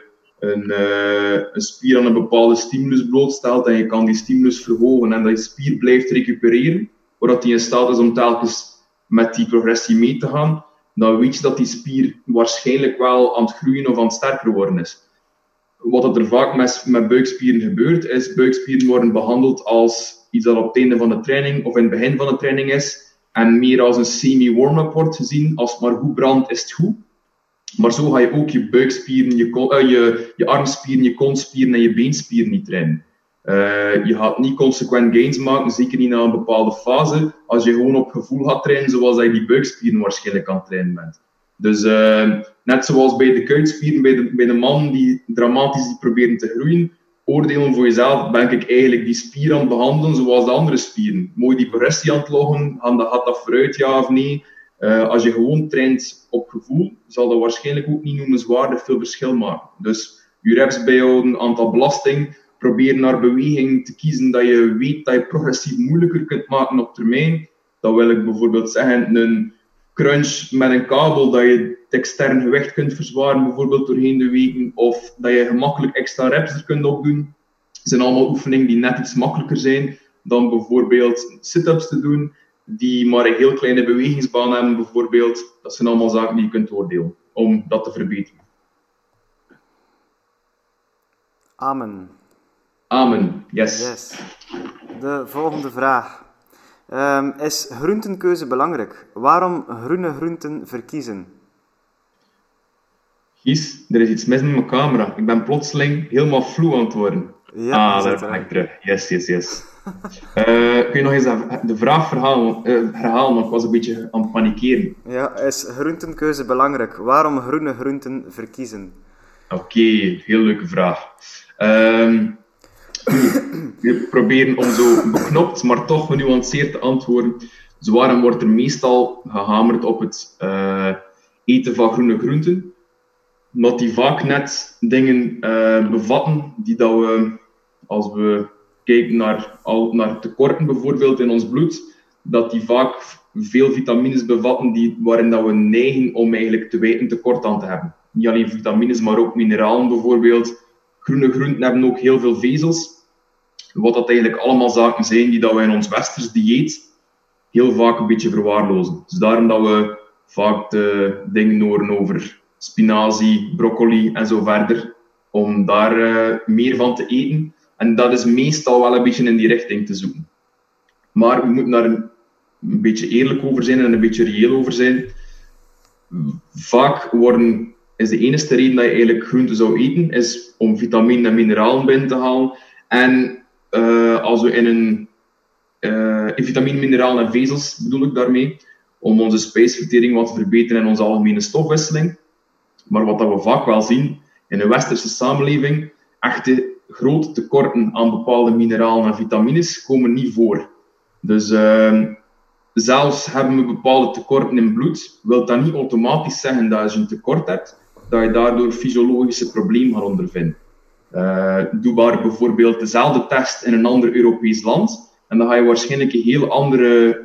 een spier aan een bepaalde stimulus blootstelt en je kan die stimulus verhogen en dat je spier blijft recupereren, zodat die in staat is om telkens met die progressie mee te gaan, dan weet je dat die spier waarschijnlijk wel aan het groeien of aan het sterker worden is. Wat er vaak met buikspieren gebeurt, is buikspieren worden behandeld als iets dat op het einde van de training of in het begin van de training is, en meer als een semi-warm-up wordt gezien, als maar goed brandt is het goed. Maar zo ga je ook je buikspieren, je armspieren, je kontspieren en je beenspieren niet trainen. Je gaat niet consequent gains maken, zeker niet na een bepaalde fase, als je gewoon op gevoel gaat trainen, zoals dat je die buikspieren waarschijnlijk aan het trainen bent. Dus net zoals bij de kuitspieren, bij de mannen die dramatisch proberen te groeien, oordelen voor jezelf, ben ik eigenlijk die spier aan het behandelen zoals de andere spieren. Mooi die progressie aan het loggen, gaat dat vooruit, ja of nee? Als je gewoon traint op gevoel, zal dat waarschijnlijk ook niet noemenswaardig veel verschil maken. Dus je reps bijhouden, aantal belasting, probeer naar beweging te kiezen dat je weet dat je progressief moeilijker kunt maken op termijn. Dan wil ik bijvoorbeeld zeggen, een crunch met een kabel, dat je het extern gewicht kunt verzwaren, bijvoorbeeld doorheen de weken, of dat je gemakkelijk extra reps er kunt opdoen. Het zijn allemaal oefeningen die net iets makkelijker zijn dan bijvoorbeeld sit-ups te doen, die maar een heel kleine bewegingsbaan hebben, bijvoorbeeld. Dat zijn allemaal zaken die je kunt oordelen, om dat te verbeteren. Amen. Amen, yes. De volgende vraag. Is groentenkeuze belangrijk? Waarom groene groenten verkiezen? Gies, er is iets mis met mijn camera. Ik ben plotseling helemaal vloe aan het worden. Ja, daar ben ik terug. Yes. Kun je nog eens de vraag herhalen, want ik was een beetje aan het panikeren. Ja, is groentenkeuze belangrijk? Waarom groene groenten verkiezen? Oké, heel leuke vraag. We proberen om zo beknopt, maar toch genuanceerd te antwoorden. Dus waarom wordt er meestal gehamerd op het eten van groene groenten? Omdat die vaak net dingen bevatten die dat we, als we kijken naar tekorten bijvoorbeeld in ons bloed, dat die vaak veel vitamines bevatten waarin dat we neigen om eigenlijk een tekort aan te hebben. niet alleen vitamines, maar ook mineralen bijvoorbeeld. Groene groenten hebben ook heel veel vezels. Wat dat eigenlijk allemaal zaken zijn die dat we in ons westers dieet heel vaak een beetje verwaarlozen. Dus daarom dat we vaak de dingen horen over spinazie, broccoli en zo verder, om daar meer van te eten. En dat is meestal wel een beetje in die richting te zoeken. Maar we moeten daar een beetje eerlijk over zijn en een beetje reëel over zijn. Vaak is de enige reden dat je eigenlijk groenten zou eten, is om vitamine en mineralen binnen te halen. En als we in vitamine, mineralen en vezels bedoel ik daarmee, om onze spijsvertering wat te verbeteren en onze algemene stofwisseling. Maar wat dat we vaak wel zien in een westerse samenleving, echte grote tekorten aan bepaalde mineralen en vitamines komen niet voor. Dus zelfs hebben we bepaalde tekorten in bloed, wil dat niet automatisch zeggen dat als je een tekort hebt, dat je daardoor fysiologische problemen gaat ondervinden. Doe maar bijvoorbeeld dezelfde test in een ander Europees land en dan ga je waarschijnlijk een heel andere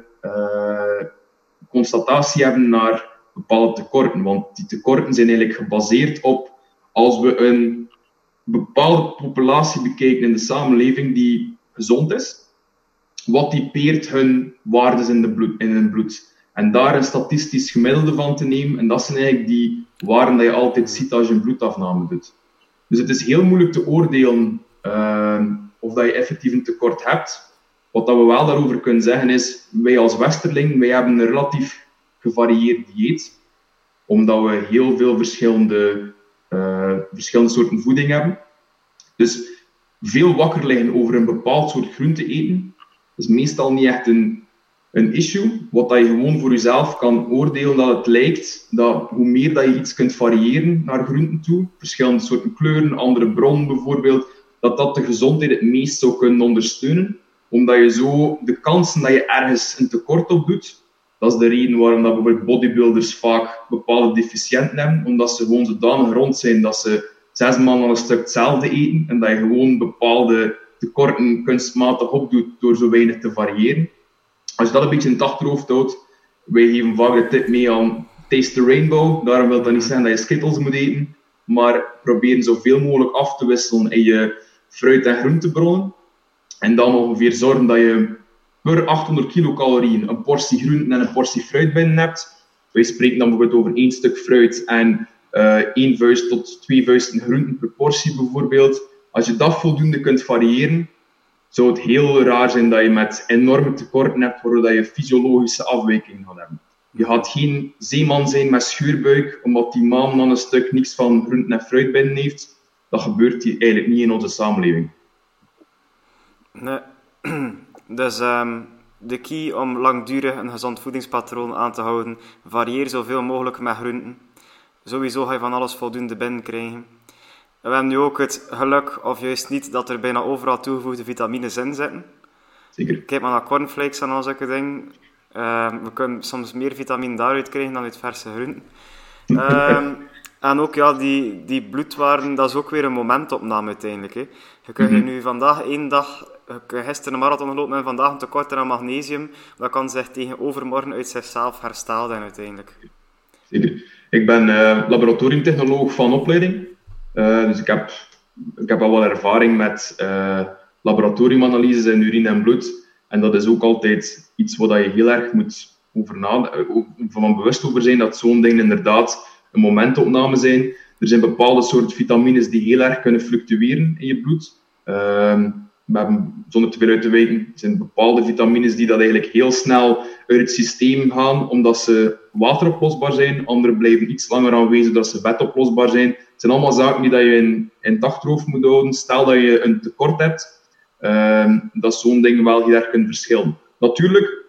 constatatie hebben naar bepaalde tekorten. Want die tekorten zijn eigenlijk gebaseerd op, als we een bepaalde populatie bekijken in de samenleving die gezond is, wat typeert hun waardes in hun bloed. En daar een statistisch gemiddelde van te nemen, en dat zijn eigenlijk die waarden die je altijd ziet als je een bloedafname doet. Dus het is heel moeilijk te oordelen of dat je effectief een tekort hebt. Wat dat we wel daarover kunnen zeggen is, wij als Westerling, wij hebben een relatief gevarieerd dieet, omdat we heel veel verschillende soorten voeding hebben. Dus veel wakker liggen over een bepaald soort groente eten, is meestal niet echt een issue. Wat dat je gewoon voor jezelf kan oordelen dat het lijkt, dat hoe meer dat je iets kunt variëren naar groenten toe, verschillende soorten kleuren, andere bronnen bijvoorbeeld, dat de gezondheid het meest zou kunnen ondersteunen, omdat je zo de kansen dat je ergens een tekort op doet, dat is de reden waarom dat bijvoorbeeld bodybuilders vaak bepaalde deficiënten hebben, omdat ze gewoon zodanig rond zijn dat ze 6 maanden aan een stuk hetzelfde eten en dat je gewoon bepaalde tekorten kunstmatig opdoet door zo weinig te variëren. Als je dat een beetje in het achterhoofd houdt, wij geven vaak de tip mee aan taste the rainbow. Daarom wil dat niet zeggen dat je Skittles moet eten, maar probeer zoveel mogelijk af te wisselen in je fruit- en groentebronnen. En dan ongeveer zorgen dat je per 800 kilocalorieën een portie groenten en een portie fruit binnen hebt. Wij spreken dan bijvoorbeeld over 1 stuk fruit en 1 vuist tot 2 vuisten groenten per portie bijvoorbeeld. Als je dat voldoende kunt variëren, zou het heel raar zijn dat je met enorme tekorten hebt, waardoor je fysiologische afwijkingen gaat hebben. Je gaat geen zeeman zijn met schuurbuik, omdat die man aan een stuk niks van groenten en fruit binnen heeft. Dat gebeurt hier eigenlijk niet in onze samenleving. Nee. Dus de key om langdurig een gezond voedingspatroon aan te houden, varieer zoveel mogelijk met groenten. Sowieso ga je van alles voldoende binnenkrijgen. We hebben nu ook het geluk, of juist niet, dat er bijna overal toegevoegde vitamines in zitten. Zeker. Kijk maar naar cornflakes en al zulke dingen. We kunnen soms meer vitamine daaruit krijgen dan uit verse groenten. En ook ja, die bloedwaarden, dat is ook weer een momentopname uiteindelijk. Hè. Je kunt nu vandaag 1 dag, gisteren een marathon gelopen en vandaag een tekort aan magnesium, dat kan zich tegen overmorgen uit zichzelf herstellen uiteindelijk. Zeker. Ik ben laboratoriumtechnoloog van opleiding. Dus ik heb al wat ervaring met laboratoriumanalyses in urine en bloed. En dat is ook altijd iets waar je heel erg moet van bewust over zijn, dat zo'n dingen inderdaad een momentopname zijn. Er zijn bepaalde soorten vitamines die heel erg kunnen fluctueren in je bloed. We hebben, zonder te veel uit te wijken, zijn bepaalde vitamines die dat eigenlijk heel snel uit het systeem gaan, omdat ze wateroplosbaar zijn. Andere blijven iets langer aanwezig, dat ze vetoplosbaar zijn. Het zijn allemaal zaken die dat je in het achterhoofd moet houden. Stel dat je een tekort hebt, dat zo'n dingen wel heel erg kunnen verschillen. Natuurlijk,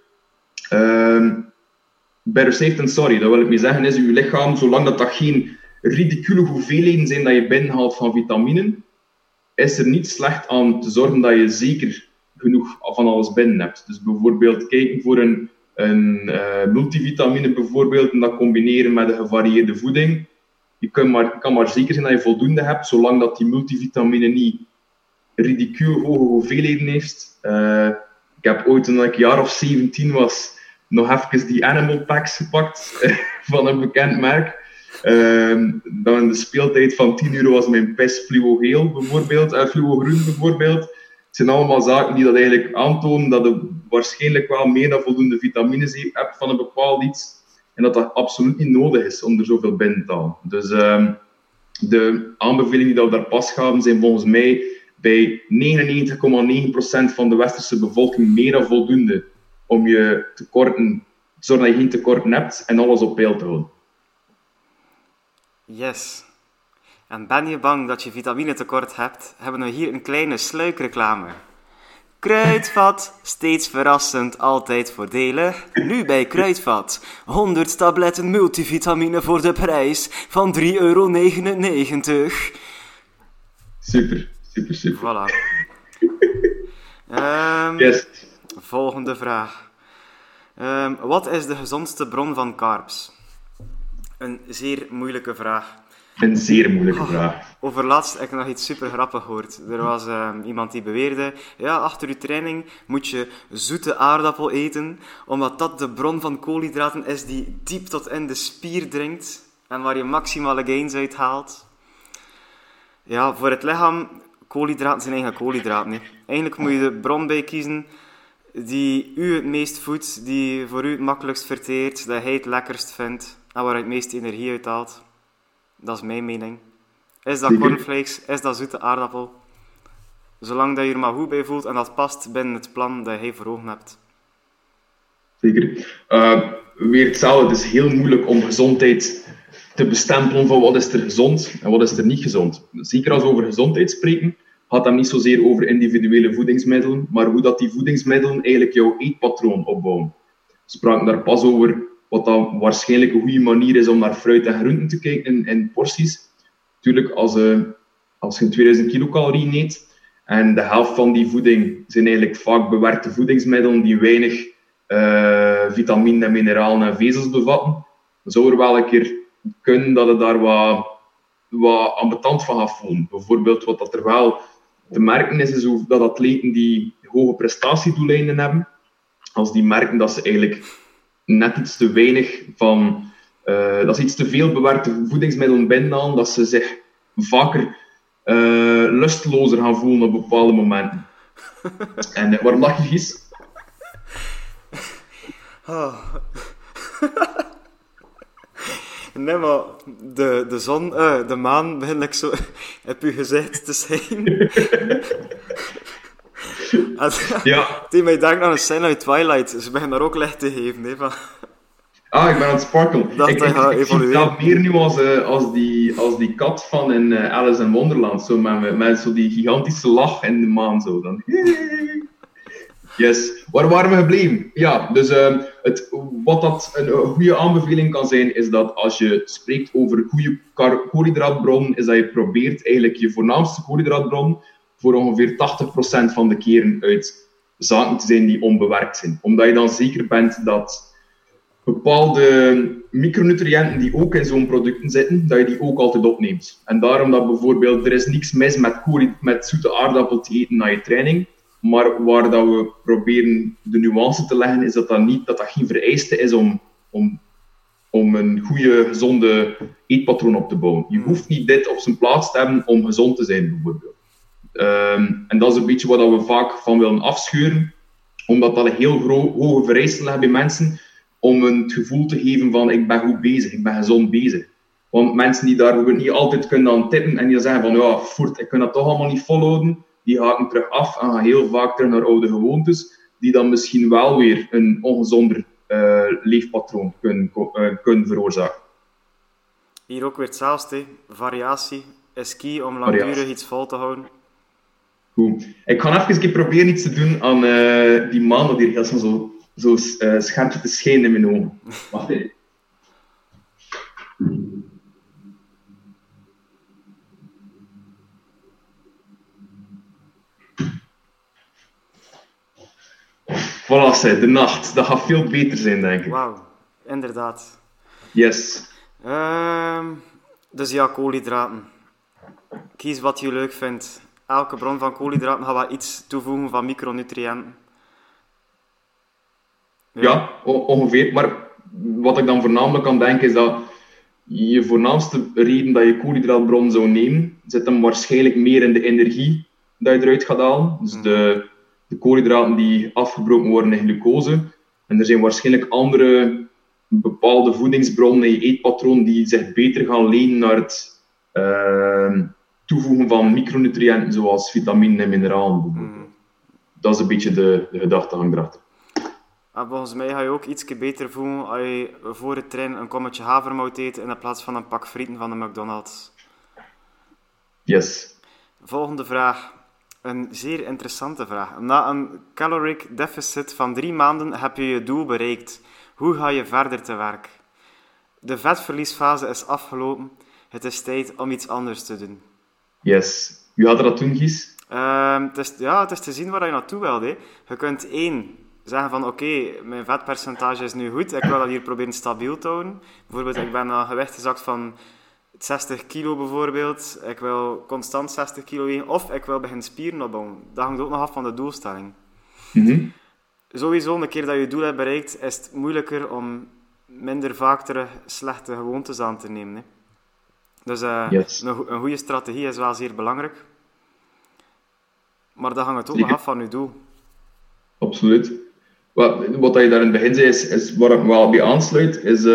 better safe than sorry. Dat wil ik mee zeggen, is je lichaam, zolang dat geen ridicule hoeveelheden zijn dat je binnenhaalt van vitaminen, is er niet slecht aan te zorgen dat je zeker genoeg van alles binnen hebt. Dus bijvoorbeeld kijken voor een multivitamine bijvoorbeeld en dat combineren met een gevarieerde voeding. Je kan maar zeker zijn dat je voldoende hebt, zolang dat die multivitamine niet ridicuul hoge hoeveelheden heeft. Ik heb ooit, toen ik een jaar of 17 was, nog even die Animal Packs gepakt van een bekend merk. Dan in de speeltijd van 10 euro was mijn PES fluo-geel bijvoorbeeld, fluo-groen bijvoorbeeld. Het zijn allemaal zaken die dat eigenlijk aantonen dat je waarschijnlijk wel meer dan voldoende vitamines hebt van een bepaald iets. En dat dat absoluut niet nodig is om er zoveel binnen te halen. Dus de aanbevelingen die we daar pas gaven zijn volgens mij bij 99,9% van de westerse bevolking meer dan voldoende om je tekorten, te zorgen dat je geen tekorten hebt en alles op peil te houden. Yes. En ben je bang dat je vitaminetekort hebt, hebben we hier een kleine sluikreclame. Kruidvat, steeds verrassend, altijd voordelig. Nu bij Kruidvat, 100 tabletten multivitamine voor de prijs van €3,99. Super. Voilà. Yes. Volgende vraag. Wat is de gezondste bron van carbs? Een zeer moeilijke vraag. Een zeer moeilijke vraag. Overlaatst heb ik nog iets super grappig gehoord. Er was iemand die beweerde, ja, achter je training moet je zoete aardappel eten, omdat dat de bron van koolhydraten is die diep tot in de spier dringt en waar je maximale gains uit haalt. Ja, voor het lichaam, koolhydraten zijn eigenlijk koolhydraten. Hè. Eigenlijk moet je de bron bij kiezen die u het meest voedt, die voor u het makkelijkst verteert, dat hij het lekkerst vindt en waar hij het meeste energie uit haalt. Dat is mijn mening. Is dat cornflakes? Is dat zoete aardappel? Zolang dat je er maar goed bij voelt en dat past binnen het plan dat je voor ogen hebt. Zeker. Weer hetzelfde. Het is heel moeilijk om gezondheid te bestempelen van wat is er gezond en wat is er niet gezond. Zeker als we over gezondheid spreken, gaat dat niet zozeer over individuele voedingsmiddelen, maar hoe dat die voedingsmiddelen eigenlijk jouw eetpatroon opbouwen. We spraken daar pas over wat dan waarschijnlijk een goede manier is om naar fruit en groenten te kijken in porties. Natuurlijk, als je 2000 kilocalorieën eet en de helft van die voeding zijn eigenlijk vaak bewerkte voedingsmiddelen die weinig vitamine, mineralen en vezels bevatten, dan zou er wel een keer kunnen dat je daar wat ambetant van gaat voelen. Bijvoorbeeld wat dat er wel te merken is hoe dat atleten die hoge prestatiedoeleinden hebben, als die merken dat ze eigenlijk net iets te weinig van, dat ze iets te veel bewerkte voedingsmiddelen binnenhalen, dat ze zich vaker lustelozer gaan voelen op bepaalde momenten. En waarom lach je, Gies? Nee, maar de zon, de maan begint like zo op je gezicht te zijn. Ja. Die mij denkt aan een scène uit Twilight. Ze beginnen daar ook licht te geven. Hè, van. Ik ben aan het sparkelen. Ik zie het zelf meer nu als die kat van in Alice in Wonderland. Zo met zo die gigantische lach in de maan. Zo. Dan. Yes. Waar waren we gebleven? Ja, dus wat dat een goede aanbeveling kan zijn, is dat als je spreekt over goede koolhydraatbronnen, is dat je probeert eigenlijk je voornaamste koolhydraatbron voor ongeveer 80% van de keren uit zaken te zijn die onbewerkt zijn. Omdat je dan zeker bent dat bepaalde micronutriënten die ook in zo'n producten zitten, dat je die ook altijd opneemt. En daarom dat bijvoorbeeld, er is niks mis met zoete aardappel te eten na je training, maar waar dat we proberen de nuance te leggen, is dat dat geen vereiste is om een goede, gezonde eetpatroon op te bouwen. Je hoeft niet dit op zijn plaats te hebben om gezond te zijn, bijvoorbeeld. En dat is een beetje wat we vaak van willen afscheuren, omdat dat een heel hoge vereisten legt bij mensen om het gevoel te geven van ik ben goed bezig, ik ben gezond bezig. Want mensen die daar niet altijd kunnen aan tippen en die zeggen van ja, voort, ik kan dat toch allemaal niet volhouden, die haken terug af en gaan heel vaak terug naar oude gewoontes, die dan misschien wel weer een ongezonder leefpatroon kunnen veroorzaken. Hier ook weer hetzelfde. Variatie is key om langdurig iets vol te houden. Goed. Ik ga even proberen iets te doen aan die maan dat hier heel snel zo scherp te schijnen in mijn ogen. Wacht even. Voilà, de nacht. Dat gaat veel beter zijn, denk ik. Wauw, inderdaad. Yes. Dus ja, koolhydraten. Kies wat je leuk vindt. Elke bron van koolhydraten gaat wat iets toevoegen van micronutriënten. Ja, ongeveer. Maar wat ik dan voornamelijk aan denk is dat je voornaamste reden dat je koolhydraatbron zou nemen, zit hem waarschijnlijk meer in de energie dat je eruit gaat halen. Dus de koolhydraten die afgebroken worden in glucose. En er zijn waarschijnlijk andere bepaalde voedingsbronnen in je eetpatroon die zich beter gaan lenen naar het toevoegen van micronutriënten zoals vitamine en mineralen bijvoorbeeld. Dat is een beetje de gedachtegang erachter. En volgens mij ga je ook iets beter voelen als je voor het trainen een kommetje havermout eet in plaats van een pak frieten van de McDonald's. Yes. Volgende vraag. Een zeer interessante vraag. Na een caloric deficit van 3 maanden heb je je doel bereikt. Hoe ga je verder te werk? De vetverliesfase is afgelopen. Het is tijd om iets anders te doen. Yes. Wie had er dat doen, Gies? Het is te zien waar je naartoe wilt. Hè. Je kunt zeggen van oké, mijn vetpercentage is nu goed. Ik wil dat hier proberen stabiel te houden. Bijvoorbeeld, ik ben aan gewicht gezakt van 60 kilo bijvoorbeeld. Ik wil constant 60 kilo wegen. Of ik wil beginnen spieren opbouwen. Dat hangt ook nog af van de doelstelling. Sowieso, een keer dat je je doel hebt bereikt, is het moeilijker om minder vaak terug slechte gewoontes aan te nemen. Hè. Dus een goede strategie is wel zeer belangrijk. Maar dat hangt ook nog af van je doel. Absoluut. Wat je daar in het begin zei, is waar ik me wel bij aansluit, is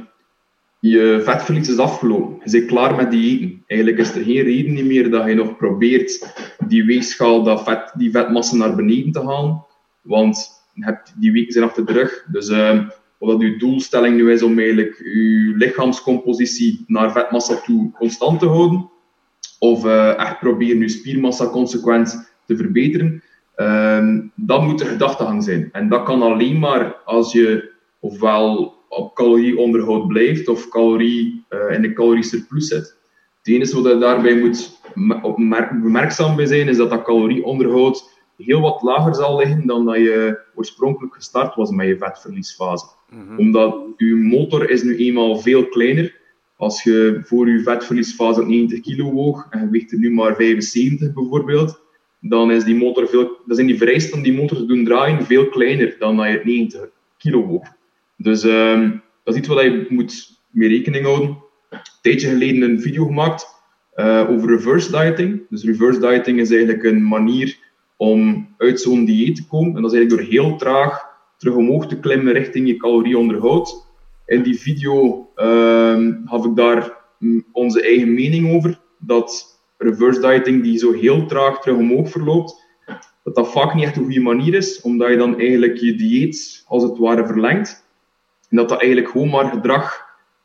je vetverlies is afgelopen. Je bent klaar met diëten. Eigenlijk is er geen reden meer dat je nog probeert die weegschaal, die vetmassa naar beneden te halen. Want die weken zijn achter de rug. Dus wat je doelstelling nu is om eigenlijk je lichaamscompositie naar vetmassa toe constant te houden, of echt proberen je spiermassa consequent te verbeteren, dat moet de gedachtegang zijn. En dat kan alleen maar als je ofwel op calorieonderhoud blijft of in de caloriesurplus zit. Het enige wat je daarbij moet bemerkzaam bij zijn, is dat calorieonderhoud heel wat lager zal liggen dan dat je oorspronkelijk gestart was met je vetverliesfase. Omdat je motor is nu eenmaal veel kleiner. Als je voor je vetverliesfase 90 kilo woog en je weegt er nu maar 75 bijvoorbeeld, dan is die motor dan zijn die vereisten om die motor te doen draaien veel kleiner dan dat je 90 kilo woog. Dus dat is iets waar je moet mee rekening houden. Een tijdje geleden een video gemaakt over reverse dieting. Dus reverse dieting is eigenlijk een manier om uit zo'n dieet te komen. En dat is eigenlijk door heel traag terug omhoog te klimmen richting je calorieonderhoud. In die video had ik daar onze eigen mening over. Dat reverse dieting die zo heel traag terug omhoog verloopt, dat vaak niet echt een goede manier is, omdat je dan eigenlijk je dieet als het ware verlengt. En dat eigenlijk gewoon maar gedrag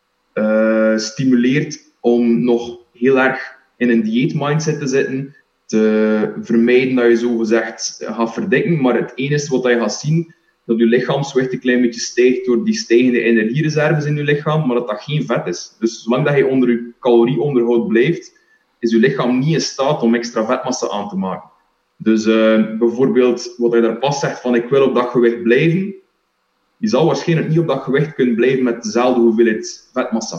stimuleert om nog heel erg in een dieetmindset te zitten, te vermijden dat je zogezegd gaat verdikken. Maar het enige wat je gaat zien, dat je lichaamsgewicht een klein beetje stijgt door die stijgende energiereserves in je lichaam, maar dat geen vet is. Dus zolang dat je onder je calorieonderhoud blijft, is je lichaam niet in staat om extra vetmassa aan te maken. Dus bijvoorbeeld, wat je daar pas zegt van ik wil op dat gewicht blijven, je zal waarschijnlijk niet op dat gewicht kunnen blijven met dezelfde hoeveelheid vetmassa.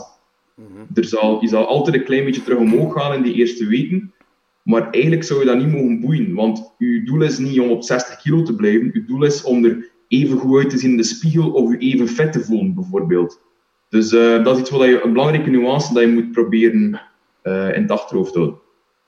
Je zal altijd een klein beetje terug omhoog gaan in die eerste weken, maar eigenlijk zou je dat niet mogen boeien, want je doel is niet om op 60 kilo te blijven, je doel is om er even goed uit te zien in de spiegel of je even vet te voelen, bijvoorbeeld. Dus dat is iets wat een belangrijke nuance dat je moet proberen in het achterhoofd houden.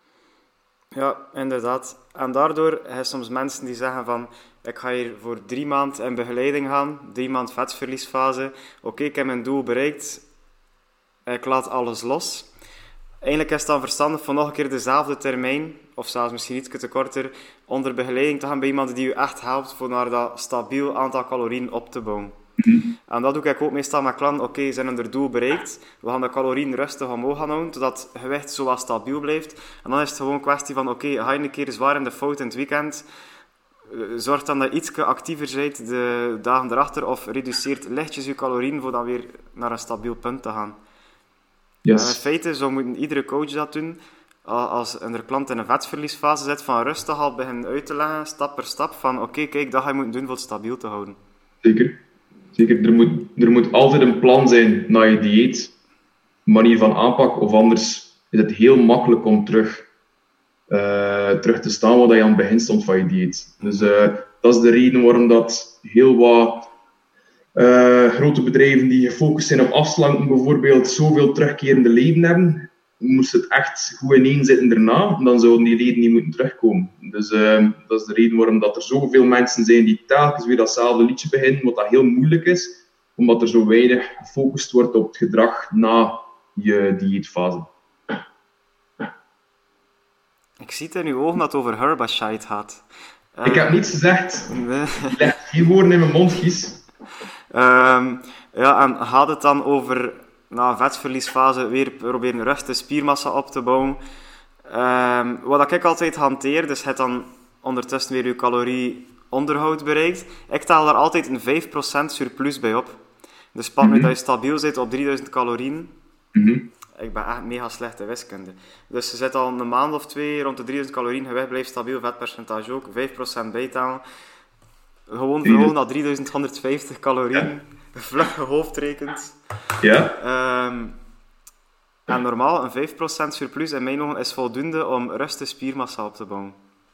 Ja, inderdaad. En daardoor heb je soms mensen die zeggen van ik ga hier voor 3 maanden in begeleiding gaan, 3 maanden vetverliesfase. Oké, ik heb mijn doel bereikt. Ik laat alles los. Eigenlijk is het dan verstandig voor nog een keer dezelfde termijn, of zelfs misschien iets te korter, onder begeleiding te gaan bij iemand die je echt helpt voor naar dat stabiel aantal calorieën op te bouwen. En dat doe ik ook meestal met klanten. Oké, ze hebben hun doel bereikt. We gaan de calorieën rustig omhoog gaan houden, zodat het gewicht zo wat stabiel blijft. En dan is het gewoon een kwestie van, oké, ga je een keer zwaar in de fout in het weekend, zorg dan dat je iets actiever bent de dagen erachter, of reduceert lichtjes je calorieën voor dan weer naar een stabiel punt te gaan. Yes. In feite, zo moet iedere coach dat doen. Als een klant in een vetverliesfase zit, van rustig al beginnen uit te leggen, stap per stap, van oké, kijk, dat ga je moeten doen voor het stabiel te houden. Zeker. Er moet altijd een plan zijn naar je dieet, manier van aanpak, of anders is het heel makkelijk om terug te staan waar je aan het begin stond van je dieet. Dus dat is de reden waarom dat heel wat Grote bedrijven die gefocust zijn op afslanken, bijvoorbeeld zoveel terugkerende leden hebben, moest het echt goed ineenzitten daarna, dan zouden die leden niet moeten terugkomen. Dus dat is de reden waarom dat er zoveel mensen zijn die telkens weer datzelfde liedje beginnen, wat dat heel moeilijk is, omdat er zo weinig gefocust wordt op het gedrag na je dieetfase. Ik zie het in uw ogen dat het over Herbashite gaat. Ik heb niets gezegd. Nee. Je legt geen woorden in mijn mond, Gies. Ja, en gaat het dan over na een vetverliesfase weer proberen rustig spiermassa op te bouwen? Wat ik altijd hanteer, dus je hebt dan ondertussen weer je calorieonderhoud bereikt. Ik tel daar altijd een 5% surplus bij op. Dus pak nu dat je stabiel zit op 3000 calorieën. Ik ben echt mega slecht in wiskunde. Dus je zit al een maand of 2 rond de 3000 calorieën, gewicht blijft stabiel, vetpercentage ook, 5% bijtellen. Gewoon verhogen naar 3150 calorieën. Vlug hoofdrekend. Ja. En normaal, een 5% surplus in mijn ogen is voldoende om rustig spiermassa op te bouwen.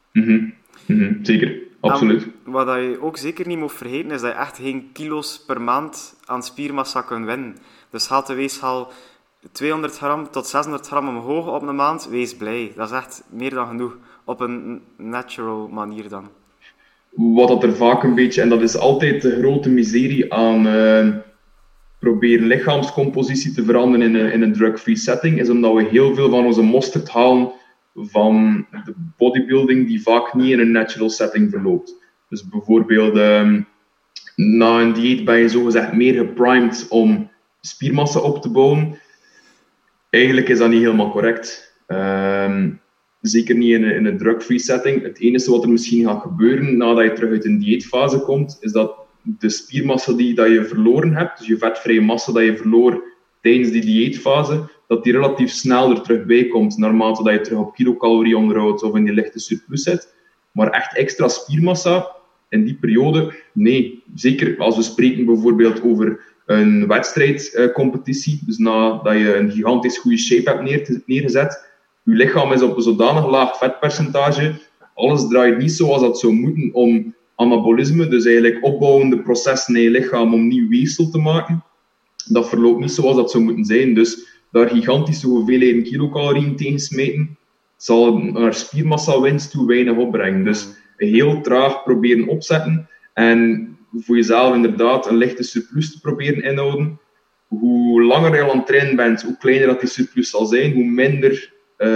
Zeker, absoluut. En wat je ook zeker niet moet vergeten, is dat je echt geen kilo's per maand aan spiermassa kunt winnen. Dus gaat de weegschaal 200 gram tot 600 gram omhoog op een maand, wees blij. Dat is echt meer dan genoeg. Op een natural manier dan. Wat dat er vaak een beetje, en dat is altijd de grote miserie aan proberen lichaamscompositie te veranderen in een drug-free setting, is omdat we heel veel van onze mosterd halen van de bodybuilding die vaak niet in een natural setting verloopt. Dus bijvoorbeeld na een dieet ben je zogezegd meer geprimed om spiermassa op te bouwen. Eigenlijk is dat niet helemaal correct. Zeker niet in een drug-free setting. Het enige wat er misschien gaat gebeuren nadat je terug uit een dieetfase komt, is dat de spiermassa dat je verloren hebt, dus je vetvrije massa dat je verloor tijdens die dieetfase, dat die relatief snel er terug bij komt, naarmate dat je terug op kilocalorie onderhoudt of in die lichte surplus zit. Maar echt extra spiermassa in die periode, nee. Zeker als we spreken bijvoorbeeld over een wedstrijdcompetitie, dus nadat je een gigantisch goede shape hebt neergezet, je lichaam is op een zodanig laag vetpercentage, alles draait niet zoals dat zou moeten om anabolisme, dus eigenlijk opbouwende processen in je lichaam om nieuw weefsel te maken. Dat verloopt niet zoals dat zou moeten zijn. Dus daar gigantische hoeveelheden kilocalorieën tegen smijten, zal naar spiermassa-winst toe weinig opbrengen. Dus heel traag proberen opzetten en voor jezelf inderdaad een lichte surplus te proberen inhouden. Hoe langer je al aan het trainen bent, hoe kleiner dat die surplus zal zijn, hoe minder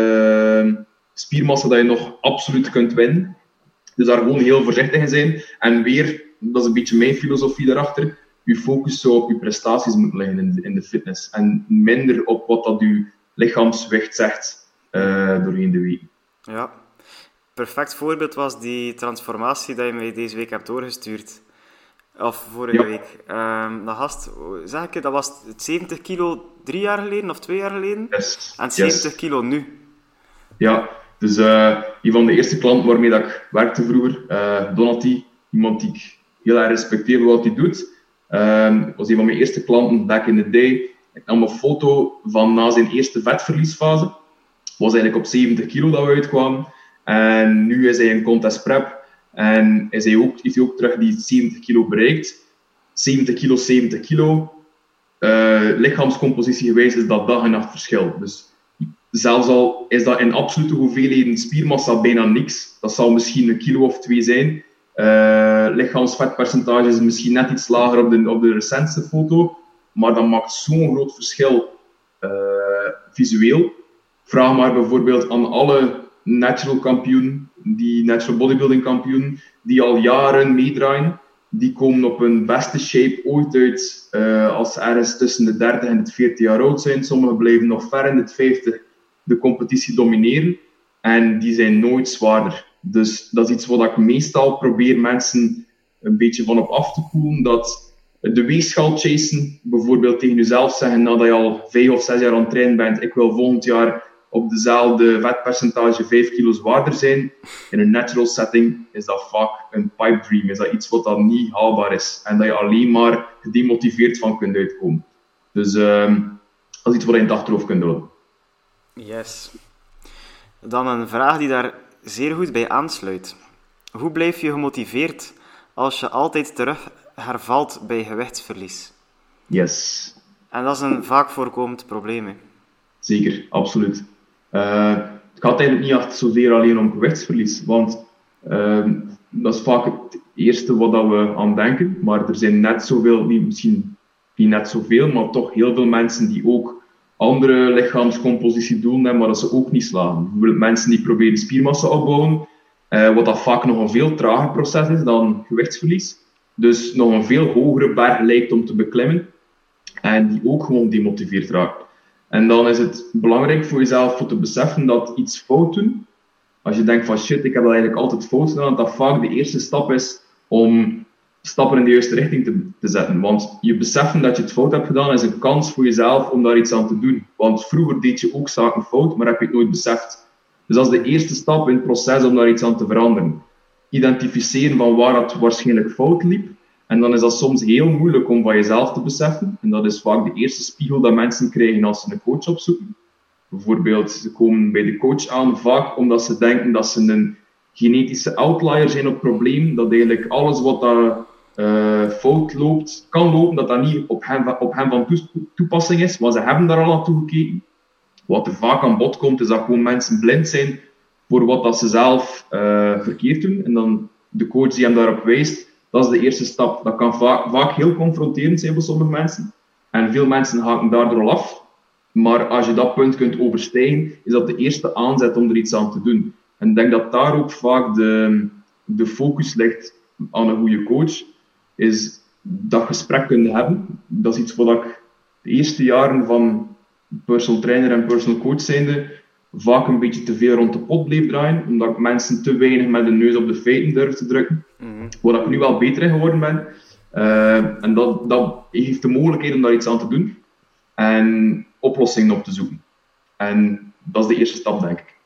spiermassa dat je nog absoluut kunt winnen. Dus daar gewoon heel voorzichtig in zijn. En weer, dat is een beetje mijn filosofie daarachter, je focus zou op je prestaties moet liggen in de fitness. En minder op wat dat je lichaamsgewicht zegt doorheen de week. Ja, perfect voorbeeld was die transformatie die je mij deze week hebt doorgestuurd. Of vorige week. Dat gast, zeg ik, dat was 70 kilo 3 jaar geleden of 2 jaar geleden? Yes. En 70 kilo nu. Ja, dus een van de eerste klanten waarmee dat ik werkte vroeger, Donati, iemand die ik heel erg respecteer wat hij doet, was een van mijn eerste klanten back in the day. Ik nam een foto van na zijn eerste vetverliesfase. Was eigenlijk op 70 kilo dat we uitkwamen. En nu is hij in contest prep. En heeft hij ook terug die 70 kilo bereikt. 70 kilo. Lichaamscompositie gewijs is dat dag en nacht verschil. Dus zelfs al is dat in absolute hoeveelheden spiermassa bijna niks. Dat zal misschien een kilo of 2 zijn. Lichaamsvetpercentage is misschien net iets lager op de recentste foto. Maar dat maakt zo'n groot verschil visueel. Vraag maar bijvoorbeeld aan alle natural kampioenen, die natural bodybuilding kampioenen, die al jaren meedraaien. Die komen op hun beste shape ooit uit als ze ergens tussen de 30 en de 40 jaar oud zijn. Sommigen blijven nog ver in de 50 de competitie domineren. En die zijn nooit zwaarder. Dus dat is iets wat ik meestal probeer mensen een beetje van op af te koelen. Dat de weegschaal chasen, bijvoorbeeld tegen jezelf zeggen nadat je al 5 of 6 jaar aan het trainen bent, ik wil volgend jaar op dezelfde vetpercentage 5 kilo zwaarder zijn. In een natural setting is dat vaak een pipe dream. Is dat iets wat dan niet haalbaar is. En dat je alleen maar gedemotiveerd van kunt uitkomen. Dus dat is iets wat je in het achterhoofd kunt houden. Yes. Dan een vraag die daar zeer goed bij aansluit. Hoe blijf je gemotiveerd als je altijd hervalt bij gewichtsverlies. Yes. En dat is een vaak voorkomend probleem. Hè. Zeker, absoluut. Het gaat eigenlijk niet echt zozeer alleen om gewichtsverlies, want dat is vaak het eerste wat we aan denken, maar er zijn net zoveel, misschien niet net zoveel, maar toch heel veel mensen die ook andere lichaamscompositiedoelen hebben, maar dat ze ook niet slagen. Bijvoorbeeld mensen die proberen spiermassa opbouwen, wat dat vaak nog een veel trager proces is dan gewichtsverlies, dus nog een veel hogere berg lijkt om te beklimmen en die ook gewoon demotiveerd raakt. En dan is het belangrijk voor jezelf om te beseffen dat iets fout doen, als je denkt van shit, ik heb dat eigenlijk altijd fout gedaan, dat vaak de eerste stap is om stappen in de juiste richting te zetten. Want je beseffen dat je het fout hebt gedaan is een kans voor jezelf om daar iets aan te doen. Want vroeger deed je ook zaken fout, maar heb je het nooit beseft. Dus dat is de eerste stap in het proces om daar iets aan te veranderen. Identificeren van waar het waarschijnlijk fout liep. En dan is dat soms heel moeilijk om van jezelf te beseffen. En dat is vaak de eerste spiegel dat mensen krijgen als ze een coach opzoeken. Bijvoorbeeld, ze komen bij de coach aan vaak omdat ze denken dat ze een genetische outlier zijn op het probleem. Dat eigenlijk alles wat daar fout loopt, kan lopen, dat dat niet op hen van toepassing is. Want ze hebben daar al aan toegekeken. Wat er vaak aan bod komt, is dat gewoon mensen blind zijn voor wat dat ze zelf verkeerd doen. En dan de coach die hem daarop wijst, dat is de eerste stap. Dat kan vaak heel confronterend zijn voor sommige mensen. En veel mensen haken daardoor al af. Maar als je dat punt kunt overstijgen, is dat de eerste aanzet om er iets aan te doen. En ik denk dat daar ook vaak de focus ligt aan een goede coach, is dat gesprek kunnen hebben. Dat is iets wat ik de eerste jaren van personal trainer en personal coach zijnde vaak een beetje te veel rond de pot bleef draaien, omdat ik mensen te weinig met de neus op de feiten durf te drukken. Waar ik nu wel beter in geworden ben. En dat heeft de mogelijkheid om daar iets aan te doen en oplossingen op te zoeken. En dat is de eerste stap, denk ik.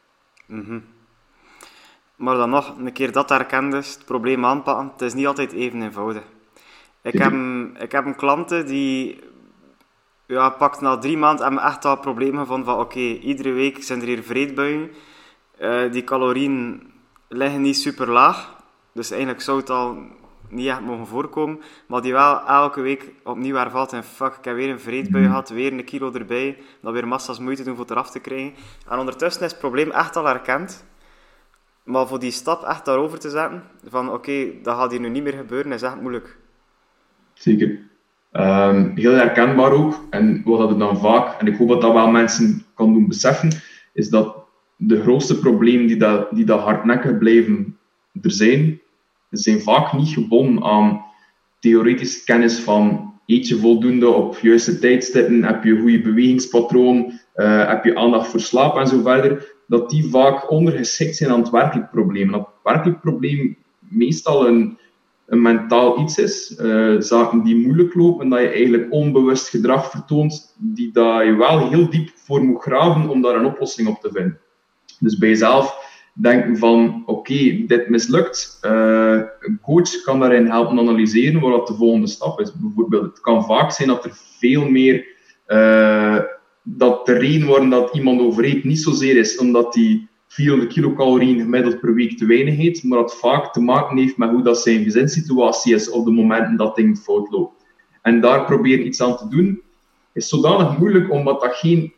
Maar dan nog, een keer dat herkend is, het probleem aanpakken, het is niet altijd even eenvoudig. Ik heb een klant die pakt na 3 maanden en echt al problemen gevonden van oké, iedere week zijn er hier vreedbuien. Die calorieën liggen niet super laag, dus eigenlijk zou het al niet echt mogen voorkomen, maar die wel elke week opnieuw hervalt en fuck, ik heb weer een vreedbui gehad, weer een kilo erbij, dat weer massa's moeite doen voor het eraf te krijgen. En ondertussen is het probleem echt al herkend, maar voor die stap echt daarover te zetten, van oké, dat gaat hier nu niet meer gebeuren, is echt moeilijk. Zeker. Heel herkenbaar ook, en wat dat dan vaak, en ik hoop dat dat wel mensen kan doen beseffen, is dat de grootste problemen die dat hardnekkig blijven er zijn vaak niet gebonden aan theoretische kennis van eet je voldoende op juiste tijdstippen, heb je een goede bewegingspatroon, heb je aandacht voor slaap en zo verder, dat die vaak ondergeschikt zijn aan het werkelijk probleem. En dat het werkelijk probleem meestal een mentaal iets is, zaken die moeilijk lopen, dat je eigenlijk onbewust gedrag vertoont, die dat je wel heel diep voor moet graven om daar een oplossing op te vinden. Dus bij jezelf denken van, oké, dit mislukt. Een coach kan daarin helpen analyseren wat de volgende stap is. Bijvoorbeeld, het kan vaak zijn dat er veel meer, dat de reden waarom dat iemand overeet niet zozeer is omdat hij 400 kilocalorieën gemiddeld per week te weinig eet, maar dat vaak te maken heeft met hoe dat zijn gezinssituatie is op de momenten dat dingen fout loopt. En daar probeer iets aan te doen, is zodanig moeilijk, omdat dat geen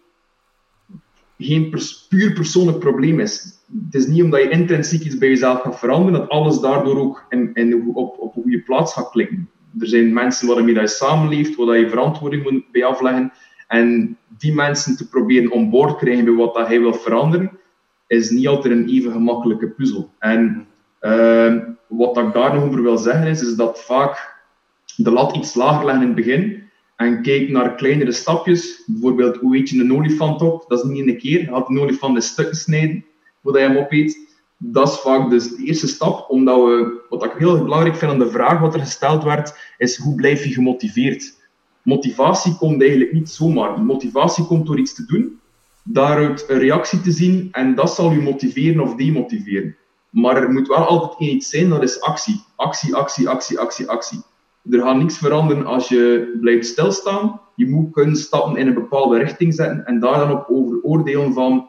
puur persoonlijk probleem is. Het is niet omdat je intrinsiek iets bij jezelf gaat veranderen, dat alles daardoor ook op een goede plaats gaat klikken. Er zijn mensen waarmee je samenleeft, waar je verantwoording moet bij afleggen, en die mensen te proberen on board krijgen bij wat dat hij wil veranderen, is niet altijd een even gemakkelijke puzzel. En wat ik daar nog over wil zeggen is dat vaak de lat iets lager leggen in het begin en kijk naar kleinere stapjes. Bijvoorbeeld, hoe eet je een olifant op? Dat is niet in een keer. Je gaat een olifant in stukken snijden voordat je hem opeet. Dat is vaak dus de eerste stap, omdat wat ik heel belangrijk vind aan de vraag wat er gesteld werd, is hoe blijf je gemotiveerd? Motivatie komt eigenlijk niet zomaar. Motivatie komt door iets te doen, daaruit een reactie te zien, en dat zal je motiveren of demotiveren. Maar er moet wel altijd iets zijn, dat is actie. Actie, actie, actie, actie, actie. Er gaat niks veranderen als je blijft stilstaan. Je moet kunnen stappen in een bepaalde richting zetten en daar dan op over oordelen van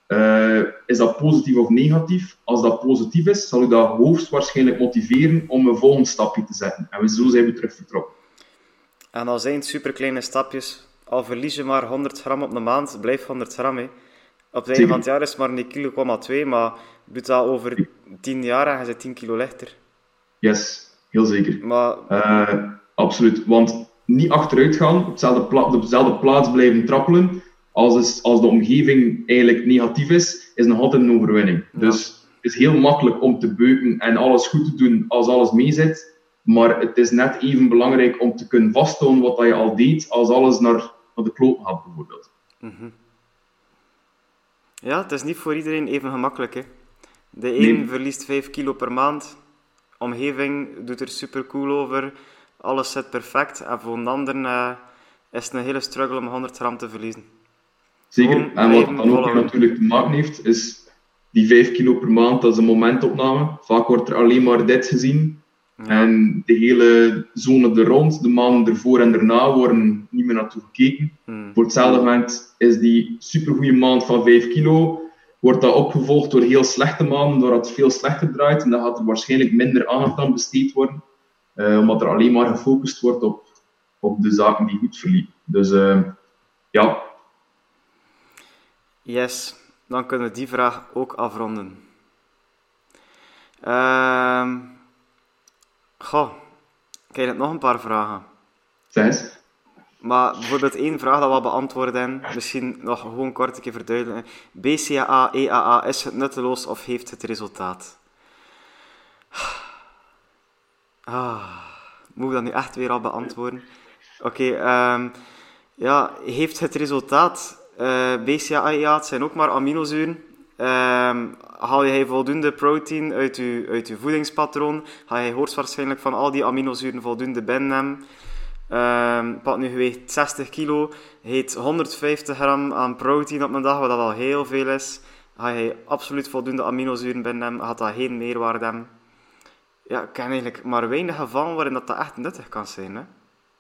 Is dat positief of negatief? Als dat positief is, zal u dat hoogstwaarschijnlijk motiveren om een volgend stapje te zetten. En zo zijn we terug vertrokken. En al zijn het superkleine stapjes, al verlies je maar 100 gram op een maand, blijft 100 gram. Hè. Op het einde van het jaar is het maar 1,2 kilo, maar doet dat over 10 jaar en je zit 10 kilo lichter. Yes, heel zeker. Maar... Absoluut, want niet achteruit gaan, op dezelfde plaats blijven trappelen, als de omgeving eigenlijk negatief is nog altijd een overwinning. Ja. Dus het is heel makkelijk om te beuken en alles goed te doen als alles meezit, maar het is net even belangrijk om te kunnen vasthouden wat je al deed, als alles naar de kloot gaat, bijvoorbeeld. Mm-hmm. Ja, het is niet voor iedereen even gemakkelijk. Hè. De een verliest 5 kilo per maand, omgeving doet er super cool over, alles zit perfect, en voor een ander is het een hele struggle om 100 gram te verliezen. Zeker, en wat dan ook natuurlijk te maken heeft, is die 5 kilo per maand, dat is een momentopname. Vaak wordt er alleen maar dit gezien. Ja. En de hele zone er rond, de maanden ervoor en daarna, worden niet meer naartoe gekeken. Voor hetzelfde moment is die supergoeie maand van 5 kilo, wordt dat opgevolgd door heel slechte maanden, doordat het veel slechter draait. En dan gaat er waarschijnlijk minder aandacht aan besteed worden. Omdat er alleen maar gefocust wordt op de zaken die goed verliepen. Dus ja. Yes, dan kunnen we die vraag ook afronden. Ik heb nog een paar vragen. Zes. Maar bijvoorbeeld één vraag dat we al beantwoord hebben, misschien nog gewoon kort een keer verduidelijken. BCAA, EAA, is het nutteloos of heeft het resultaat? Moet ik dat nu echt weer al beantwoorden? Oké, ja, heeft het resultaat? BCAA, EAA, het zijn ook maar aminozuren. Haal je voldoende protein uit je voedingspatroon? Ga je hoogstwaarschijnlijk van al die aminozuren voldoende binnennemen? Pak nu geweegt 60 kilo, je eet 150 gram aan protein op een dag, wat dat al heel veel is. Ga je absoluut voldoende aminozuren binnennemen, gaat dat geen meerwaarde hebben. Ja, ik ken eigenlijk maar weinig gevallen waarin dat echt nuttig kan zijn. Hè?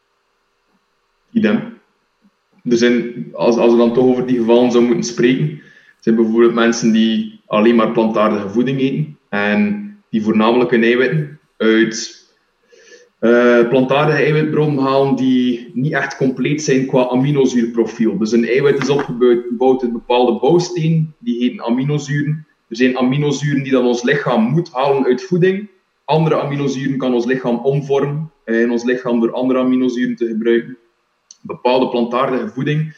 Idem. Er zijn, als we dan toch over die gevallen zouden moeten spreken, zijn bijvoorbeeld mensen die alleen maar plantaardige voeding eten en die voornamelijk hun eiwitten uit plantaardige eiwitbronnen halen die niet echt compleet zijn qua aminozuurprofiel. Dus een eiwit is opgebouwd uit bepaalde bouwstenen, die heten aminozuren. Er zijn aminozuren die dat ons lichaam moet halen uit voeding. Andere aminozuren kan ons lichaam omvormen in ons lichaam door andere aminozuren te gebruiken. Bepaalde plantaardige voeding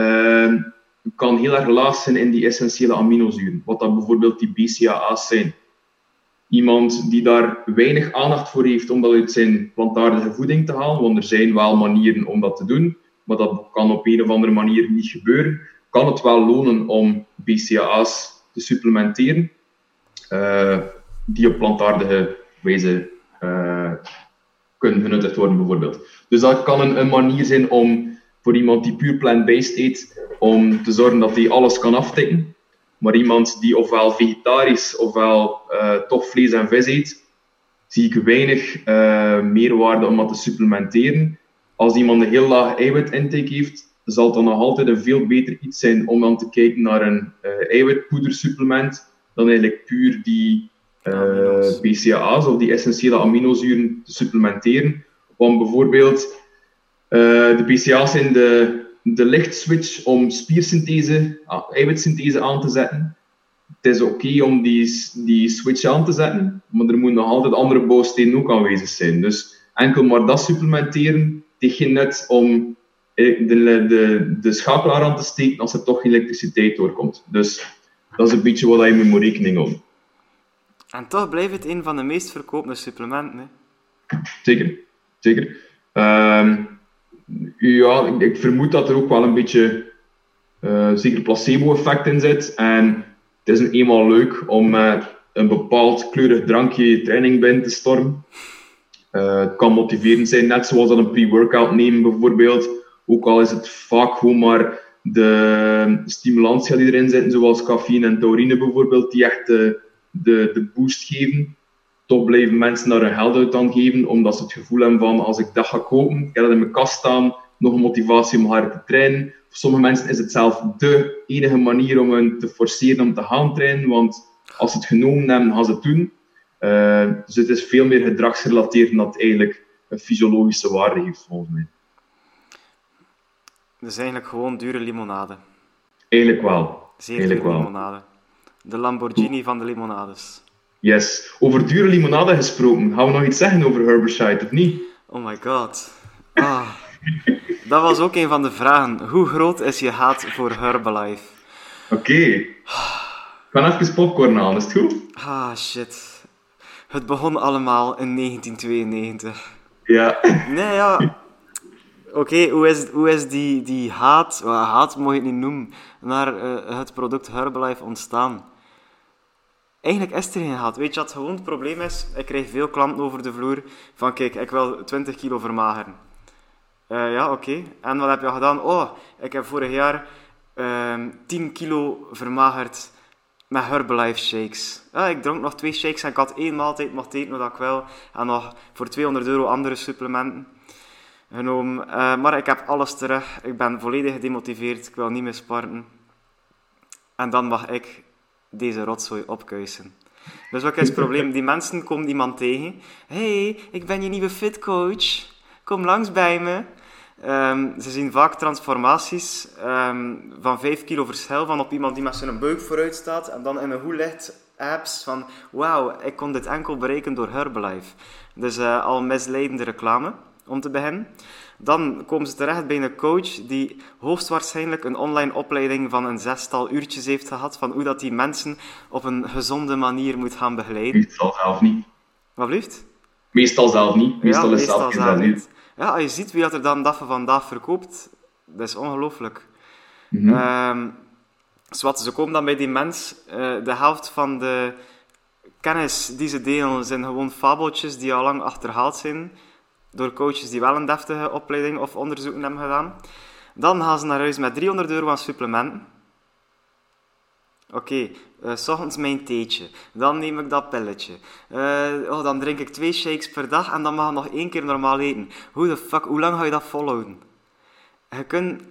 kan heel erg laag zijn in die essentiële aminozuren, wat dat bijvoorbeeld die BCAA's zijn. Iemand die daar weinig aandacht voor heeft om dat uit zijn plantaardige voeding te halen, want er zijn wel manieren om dat te doen, maar dat kan op een of andere manier niet gebeuren, kan het wel lonen om BCAA's te supplementeren, die op plantaardige wijze kunnen genuttigd worden bijvoorbeeld. Dus dat kan een manier zijn om voor iemand die puur plant-based eet, om te zorgen dat hij alles kan aftikken. Maar iemand die ofwel vegetarisch ofwel toch vlees en vis eet, zie ik weinig meerwaarde om dat te supplementeren. Als iemand een heel laag eiwitintake heeft, zal het dan nog altijd een veel beter iets zijn om dan te kijken naar een eiwitpoedersupplement dan eigenlijk puur die BCAA's of die essentiële aminozuren te supplementeren. Want bijvoorbeeld de BCAA's zijn de lichtswitch om spiersynthese, eiwitsynthese aan te zetten. Het is oké om die switch aan te zetten, maar er moeten nog altijd andere bouwstenen ook aanwezig zijn. Dus enkel maar dat supplementeren, het heeft geen nut om de schakelaar aan te steken als er toch geen elektriciteit doorkomt. Dus dat is een beetje wat je mee moet rekening houden. En toch blijft het een van de meest verkopende supplementen. Hè? Zeker. Ja, ik vermoed dat er ook wel een beetje zeker placebo-effect in zit. En het is nu eenmaal leuk om met een bepaald kleurig drankje je training binnen te stormen. Het kan motiverend zijn, net zoals dat een pre-workout nemen bijvoorbeeld. Ook al is het vaak gewoon maar de stimulantia die erin zitten, zoals cafeïne en taurine bijvoorbeeld, die echt de boost geven. Toch blijven mensen daar hun geld uit aan geven, omdat ze het gevoel hebben van, als ik dat ga kopen, ik heb dat in mijn kast staan, nog een motivatie om harder te trainen, Voor sommige mensen is het zelf de enige manier om hen te forceren om te gaan trainen, want als ze het genomen hebben, gaan ze het doen. Dus het is veel meer gedragsgerelateerd dan dat het eigenlijk een fysiologische waarde heeft, volgens mij. Dus eigenlijk gewoon dure limonade. Eigenlijk wel. Zeer Eigenlijk dure wel. limonade. De Lamborghini van de limonades. Yes. Over dure limonade gesproken. Gaan we nog iets zeggen over Herbershide, of niet? Oh my god. Ah. Dat was ook een van de vragen. Hoe groot is je haat voor Herbalife? Oké. Ik ga even popcorn halen, is het goed? Ah, shit. Het begon allemaal in 1992. Ja. Nee, ja. Oké, hoe is die haat, haat mag je het niet noemen, naar het product Herbalife ontstaan? Eigenlijk is er geen haat. Weet je wat gewoon het probleem is? Ik krijg veel klanten over de vloer van, kijk, ik wil 20 kilo vermageren. Ja, oké. En wat heb je gedaan? Oh, ik heb vorig jaar 10 kilo vermagerd met Herbalife shakes. Ik dronk nog 2 shakes en ik had 1 maaltijd mocht eten wat ik wil. En nog voor €200 andere supplementen genomen. Maar ik heb alles terug. Ik ben volledig gedemotiveerd. Ik wil niet meer sporten. En dan mag ik deze rotzooi opkuisen. Dus wat is het probleem? Die mensen komen iemand tegen. Hey, ik ben je nieuwe fitcoach. Kom langs bij me. Ze zien vaak transformaties van 5 kilo verschil van op iemand die met zijn buik vooruit staat en dan in een hoe ligt apps van wauw, ik kon dit enkel bereiken door Herbalife. Dus al misleidende reclame, om te beginnen. Dan komen ze terecht bij een coach die hoogstwaarschijnlijk een online opleiding van een 6-tal uurtjes heeft gehad van hoe dat die mensen op een gezonde manier moet gaan begeleiden. Meestal zelf niet. Wat blieft? Meestal zelf niet. Meestal is zelf geen niet. Ja, als je ziet wie dat er dan dag van vandaag verkoopt, dat is ongelooflijk. Ze komen dan bij die mens, de helft van de kennis die ze delen zijn gewoon fabeltjes die al lang achterhaald zijn door coaches die wel een deftige opleiding of onderzoeken hebben gedaan. Dan gaan ze naar huis met €300 aan supplementen. Oké, 's ochtends mijn theetje. Dan neem ik dat pilletje. Dan drink ik 2 shakes per dag en dan mag ik nog 1 keer normaal eten. Hoe lang ga je dat volhouden? Je kunt...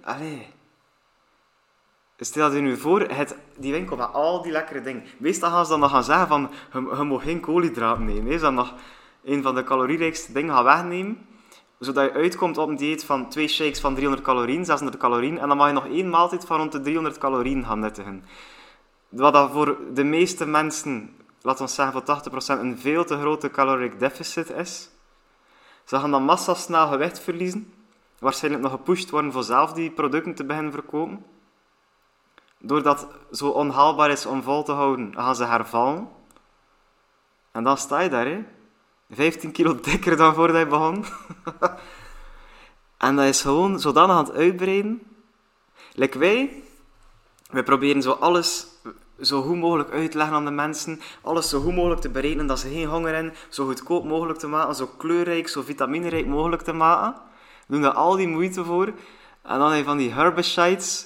Stel je nu voor, die winkel met al die lekkere dingen. Meestal gaan ze dan nog gaan zeggen van, je mag geen koolhydraten nemen. Hè. Ze dan nog een van de calorierijkste dingen gaan wegnemen, zodat je uitkomt op een dieet van 2 shakes van 300 calorieën, 600 calorieën, en dan mag je nog 1 maaltijd van rond de 300 calorieën gaan nuttigen. Wat dat voor de meeste mensen, laten we zeggen voor 80%, een veel te grote caloric deficit is. Ze gaan dan massaal snel gewicht verliezen. Waarschijnlijk nog gepusht worden voor zelf die producten te beginnen verkopen. Doordat het zo onhaalbaar is om vol te houden, gaan ze hervallen. En dan sta je daar, hè. 15 kilo dikker dan voordat je begon. En dat is gewoon zodanig aan het uitbreiden. Like wij proberen zo alles zo goed mogelijk uit te leggen aan de mensen. Alles zo goed mogelijk te berekenen dat ze geen honger hebben. Zo goedkoop mogelijk te maken. Zo kleurrijk, zo vitaminerijk mogelijk te maken. We doen daar al die moeite voor. En dan heb je van die herbicides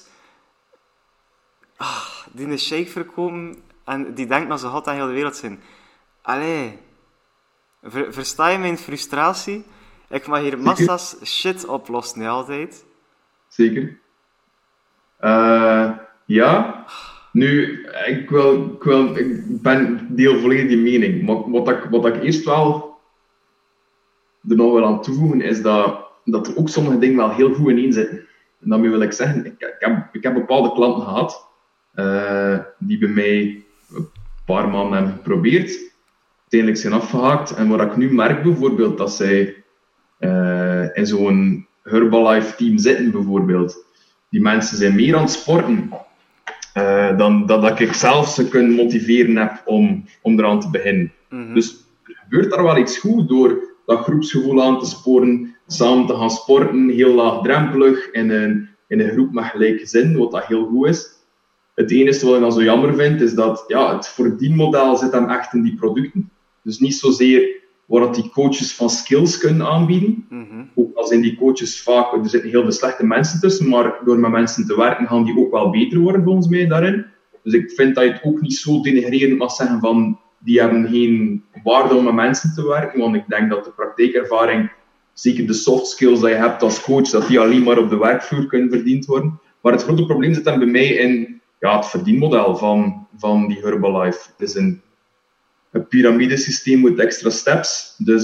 die een shake verkopen en die denken dat ze hot aan heel de wereld zijn. Allee. Versta je mijn frustratie? Ik mag hier massa's shit oplossen, hè, altijd. Zeker. Ja. Nu, ik ben deel volledig die mening. Maar wat ik eerst wel er nog wel aan toevoegen, is dat er ook sommige dingen wel heel goed ineen zitten. En daarmee wil ik zeggen, ik heb bepaalde klanten gehad, die bij mij een paar maanden hebben geprobeerd, uiteindelijk zijn afgehaakt. En wat ik nu merk bijvoorbeeld, dat zij in zo'n Herbalife team zitten bijvoorbeeld. Die mensen zijn meer aan het sporten dan dat ik zelf ze kunnen motiveren heb om eraan te beginnen. Mm-hmm. Dus er gebeurt daar wel iets goed door dat groepsgevoel aan te sporen, samen te gaan sporten, heel laagdrempelig, in een groep met gelijkgezin, wat dat heel goed is. Het enige wat ik dan zo jammer vind, is dat het verdienmodel zit hem echt in die producten. Dus niet zozeer wat die coaches van skills kunnen aanbieden. Mm-hmm. Ook al zijn die coaches vaak, er zitten heel veel slechte mensen tussen, maar door met mensen te werken gaan die ook wel beter worden, volgens mij, daarin. Dus ik vind dat je het ook niet zo denigrerend mag zeggen van, die hebben geen waarde om met mensen te werken, want ik denk dat de praktijkervaring, zeker de soft skills die je hebt als coach, dat die alleen maar op de werkvloer kunnen verdiend worden. Maar het grote probleem zit dan bij mij in het verdienmodel van die Herbalife. Het is een piramidesysteem met extra steps. Dus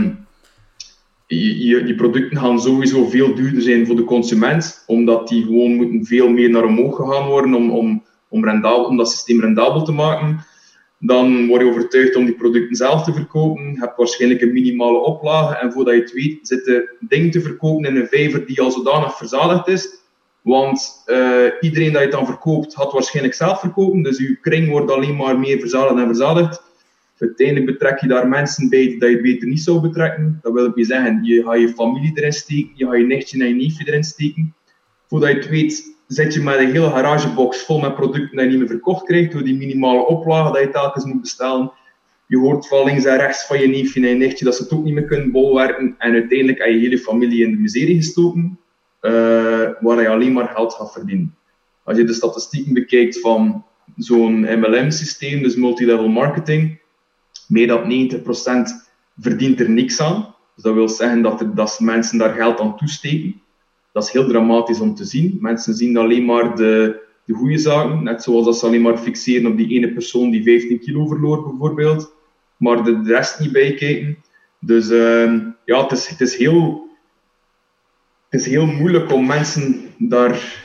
die producten gaan sowieso veel duurder zijn voor de consument, omdat die gewoon moeten veel meer naar omhoog gegaan worden om dat systeem rendabel te maken. Dan word je overtuigd om die producten zelf te verkopen. Je hebt waarschijnlijk een minimale oplage. En voordat je het weet, zitten dingen te verkopen in een vijver die al zodanig verzadigd is. Want iedereen dat je het dan verkoopt, had waarschijnlijk zelf verkopen. Dus je kring wordt alleen maar meer verzadigd en verzadigd. Uiteindelijk betrek je daar mensen bij dat je het beter niet zou betrekken. Dat wil ik zeggen, je gaat je familie erin steken, je gaat je nichtje en je neefje erin steken. Voordat je het weet, zit je met een hele garagebox vol met producten die je niet meer verkocht krijgt door die minimale oplage dat je telkens moet bestellen. Je hoort van links en rechts van je neefje en je nichtje dat ze het ook niet meer kunnen bolwerken. En uiteindelijk heb je hele familie in de miserie gestoken, waar je alleen maar geld gaat verdienen. Als je de statistieken bekijkt van zo'n MLM-systeem, dus multilevel marketing, meer dan 90% verdient er niks aan. Dus dat wil zeggen dat mensen daar geld aan toesteken. Dat is heel dramatisch om te zien. Mensen zien alleen maar de goede zaken. Net zoals dat ze alleen maar fixeren op die ene persoon die 15 kilo verloor, bijvoorbeeld. Maar de rest niet bijkijken. Dus het is heel moeilijk om mensen daar...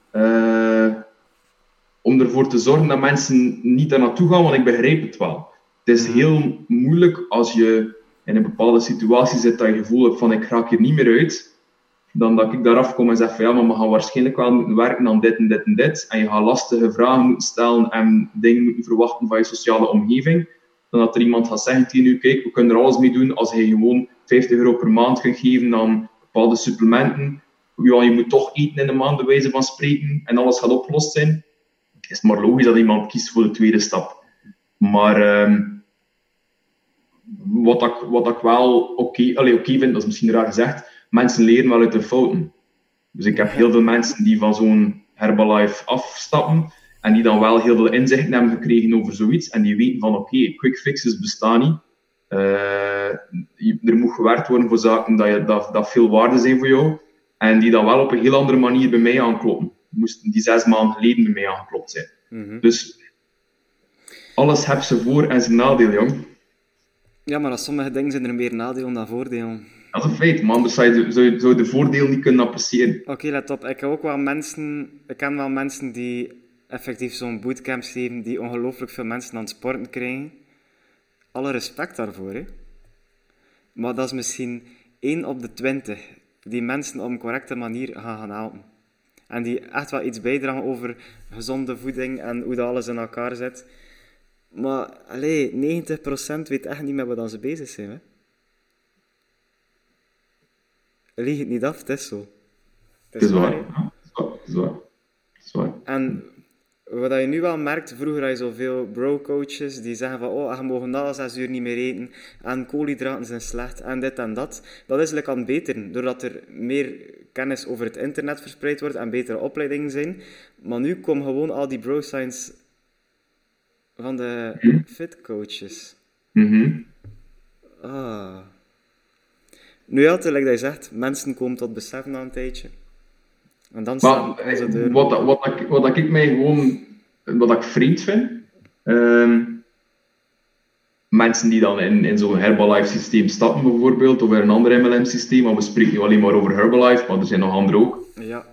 om ervoor te zorgen dat mensen niet daar naartoe gaan, want ik begrijp het wel. Het is heel moeilijk als je in een bepaalde situatie zit dat je het gevoel hebt van ik raak hier niet meer uit. Dan dat ik daar afkom en zeg van ja, maar we gaan waarschijnlijk wel moeten werken aan dit en dit en dit. En je gaat lastige vragen moeten stellen en dingen moeten verwachten van je sociale omgeving. Dan dat er iemand gaat zeggen tegen je, kijk, we kunnen er alles mee doen als je gewoon €50 per maand kunt geven aan bepaalde supplementen. Ja, je moet toch eten in de maand, bij wijze van spreken, en alles gaat opgelost zijn. Is het maar logisch dat iemand kiest voor de tweede stap. Maar wat ik wel oké vind, dat is misschien raar gezegd, mensen leren wel uit hun fouten. Dus ik heb heel veel mensen die van zo'n Herbalife afstappen en die dan wel heel veel inzichten hebben gekregen over zoiets en die weten van oké, quick fixes bestaan niet. Er moet gewerkt worden voor zaken dat veel waarde zijn voor jou en die dan wel op een heel andere manier bij mij aankloppen. Moesten die 6 maanden geleden bij mij aangeklopt zijn. Mm-hmm. Dus alles heeft zijn voor- en zijn nadeel, jong. Ja, maar als sommige dingen zijn er meer nadelen dan voordelen. Dat is een feit, maar anders zou je de voordeel niet kunnen appreciëren. Oké, let op. Ik ken wel mensen die effectief zo'n bootcamp geven, die ongelooflijk veel mensen aan het sporten krijgen. Alle respect daarvoor, hè. Maar dat is misschien 1 op de 20 die mensen op een correcte manier gaan helpen. En die echt wel iets bijdragen over gezonde voeding en hoe dat alles in elkaar zit. Maar, 90% weet echt niet met wat ze bezig zijn, hè. Lieg het niet af, het is zo. Het is waar. Het is waar. En wat je nu wel merkt, vroeger had je zoveel bro-coaches die zeggen van je mag na 6 uur niet meer eten en koolhydraten zijn slecht en dit en dat. Dat is aan het beteren, doordat er meer kennis over het internet verspreid wordt en betere opleidingen zijn. Maar nu komen gewoon al die bro-science van de fit-coaches. Mm-hmm. Nu ja, terwijl dat je zegt, mensen komen tot beseffen na een tijdje. En dan wat ik vreemd vind, mensen die dan in zo'n Herbalife systeem stappen bijvoorbeeld, of in een ander MLM systeem, maar we spreken nu alleen maar over Herbalife, maar er zijn nog andere ook. Ja.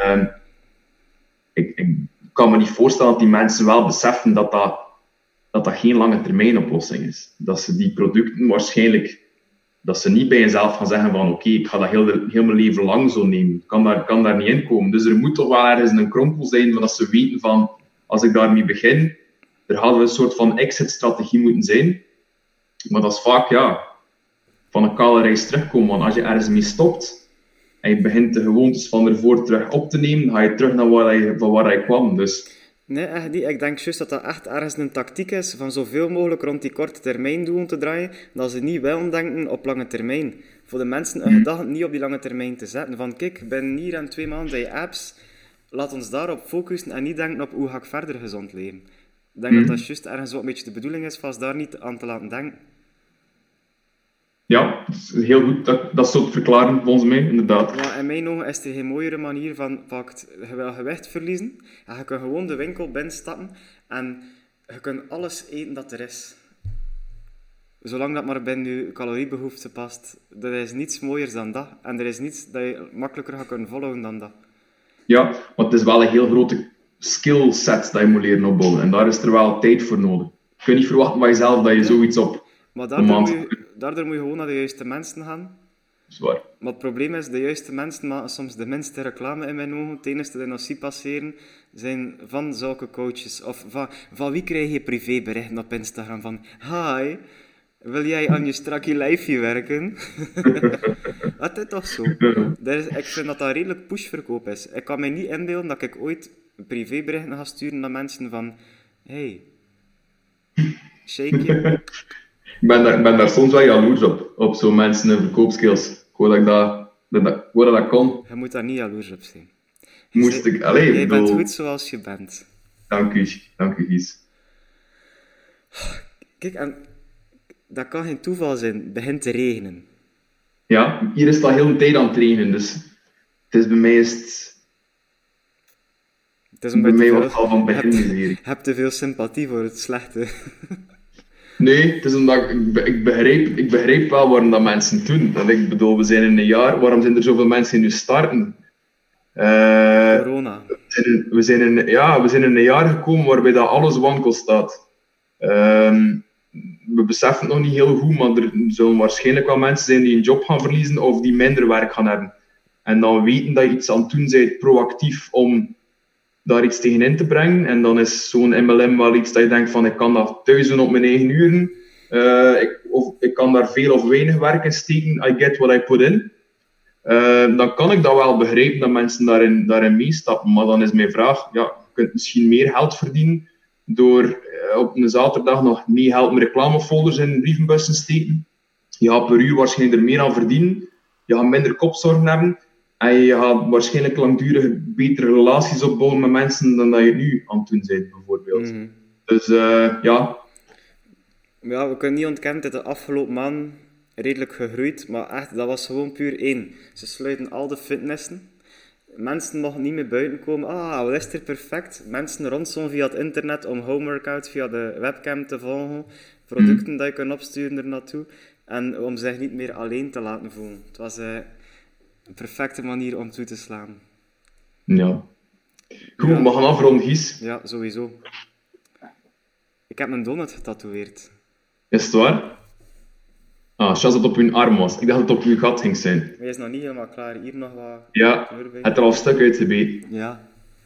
Ik kan me niet voorstellen dat die mensen wel beseffen dat geen lange termijn oplossing is. Dat ze die producten waarschijnlijk, dat ze niet bij jezelf gaan zeggen van oké, ik ga dat heel mijn leven lang zo nemen. Kan daar niet in komen. Dus er moet toch wel ergens een krompel zijn van dat ze weten van, als ik daarmee begin, er hadden we een soort van exit-strategie moeten zijn. Maar dat is vaak, van een kale reis terugkomen. Want als je ergens mee stopt, en je begint de gewoontes van ervoor terug op te nemen, dan ga je terug naar waar je kwam. Dus... Nee, echt niet. Ik denk juist dat dat echt ergens een tactiek is van zoveel mogelijk rond die korte termijn doelen te draaien, dat ze niet willen denken op lange termijn. Voor de mensen een gedachte niet op die lange termijn te zetten. Van kijk, binnen hier en 2 maanden je apps, laat ons daarop focussen en niet denken op hoe ga ik verder gezond leven. Ik denk dat dat juist ergens wat een beetje de bedoeling is, vast daar niet aan te laten denken. Ja, dat is heel goed. Dat is zo te verklaren, volgens mij, inderdaad. Ja, in mijn ogen is er geen mooiere manier van, je wil gewicht verliezen, en je kunt gewoon de winkel binnenstappen en je kunt alles eten dat er is. Zolang dat maar binnen je caloriebehoefte past. Er is niets mooiers dan dat. En er is niets dat je makkelijker gaat kunnen volgen dan dat. Ja, maar het is wel een heel grote skillset dat je moet leren opbouwen. En daar is er wel tijd voor nodig. Je kunt niet verwachten van jezelf dat je zoiets op Maar een maand... daardoor moet je gewoon naar de juiste mensen gaan. Zwaar. Maar het probleem is, de juiste mensen maken soms de minste reclame in mijn ogen. Het enige dat nog ziet passeren, zijn van zulke coaches. Of van wie krijg je privéberichten op Instagram van... Hi, wil jij aan je strakkie lijfje werken? Dat is toch zo? Ik vind dat dat redelijk pushverkoop is. Ik kan mij niet inbeelden dat ik ooit privéberichten ga sturen naar mensen van... Hey, shake je. Ik ben daar soms wel jaloers op zo'n mensen in verkoopskills. Ik wou dat ik kon. Je moet daar niet jaloers op zijn. Jij bent goed zoals je bent. Dank u, Gies. Kijk, en dat kan geen toeval zijn. Het begint te regenen. Ja, hier is het al heel de tijd aan het regenen, dus het is bij mij Het is een beetje mij wat al van begin hier. Je hebt te veel sympathie voor het slechte. Nee, het is omdat ik begrijp wel waarom dat mensen het doen. En ik bedoel, we zijn in een jaar, waarom zijn er zoveel mensen die nu starten? Corona. We zijn in een jaar gekomen waarbij dat alles wankel staat. We beseffen het nog niet heel goed, maar er zullen waarschijnlijk wel mensen zijn die een job gaan verliezen of die minder werk gaan hebben. En dan weten dat je iets aan het doen bent, proactief, om daar iets tegen in te brengen. En dan is zo'n MLM wel iets dat je denkt van, ik kan dat thuis doen op mijn eigen uren. Ik kan daar veel of weinig werk in steken. I get what I put in. Dan kan ik dat wel begrijpen dat mensen daarin meestappen. Maar dan is mijn vraag, ja, je kunt misschien meer geld verdienen door op een zaterdag nog niet helpen reclamefolders in brievenbussen steken. Je gaat per uur waarschijnlijk er meer aan verdienen. Je gaat minder kopzorgen hebben. En je gaat waarschijnlijk langdurig betere relaties opbouwen met mensen dan dat je nu aan het doen bent, bijvoorbeeld. Mm-hmm. Dus ja. Ja, we kunnen niet ontkennen dat de afgelopen maanden redelijk gegroeid, maar echt, dat was gewoon puur één. Ze sluiten al de fitnessen. Mensen mogen niet meer buiten komen. Wat is er perfect? Mensen rondzomen via het internet om homeworkout via de webcam te volgen. Producten dat je kan opsturen er naartoe. En om zich niet meer alleen te laten voelen. Het was een perfecte manier om toe te slaan. Ja. Goed, we gaan afronden, Gies. Ja, sowieso. Ik heb mijn donut getatoeëerd. Is het waar? Chance dat het op hun arm was. Ik dacht dat het op uw gat ging zijn. Hij is nog niet helemaal klaar. Hier nog wat... Ja, het er al een stuk uitgebeten. Ja.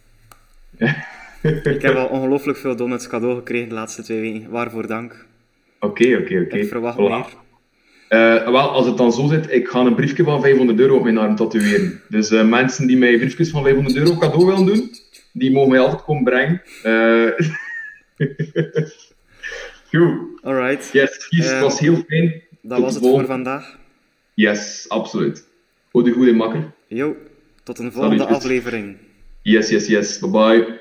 Ik heb al ongelooflijk veel donuts cadeau gekregen de laatste 2 weken. Waarvoor dank. Oké. Ik verwacht meer. Wel, als het dan zo zit, ik ga een briefje van €500 op mijn arm tatoeëren. Dus mensen die mij briefjes van €500 cadeau willen doen, die mogen mij altijd komen brengen. Goed. Alright. Yes, het was heel fijn. Dat was het voor vandaag. Yes, absoluut. Houd je goed in, makker. Tot een volgende aflevering. Yes. Bye-bye.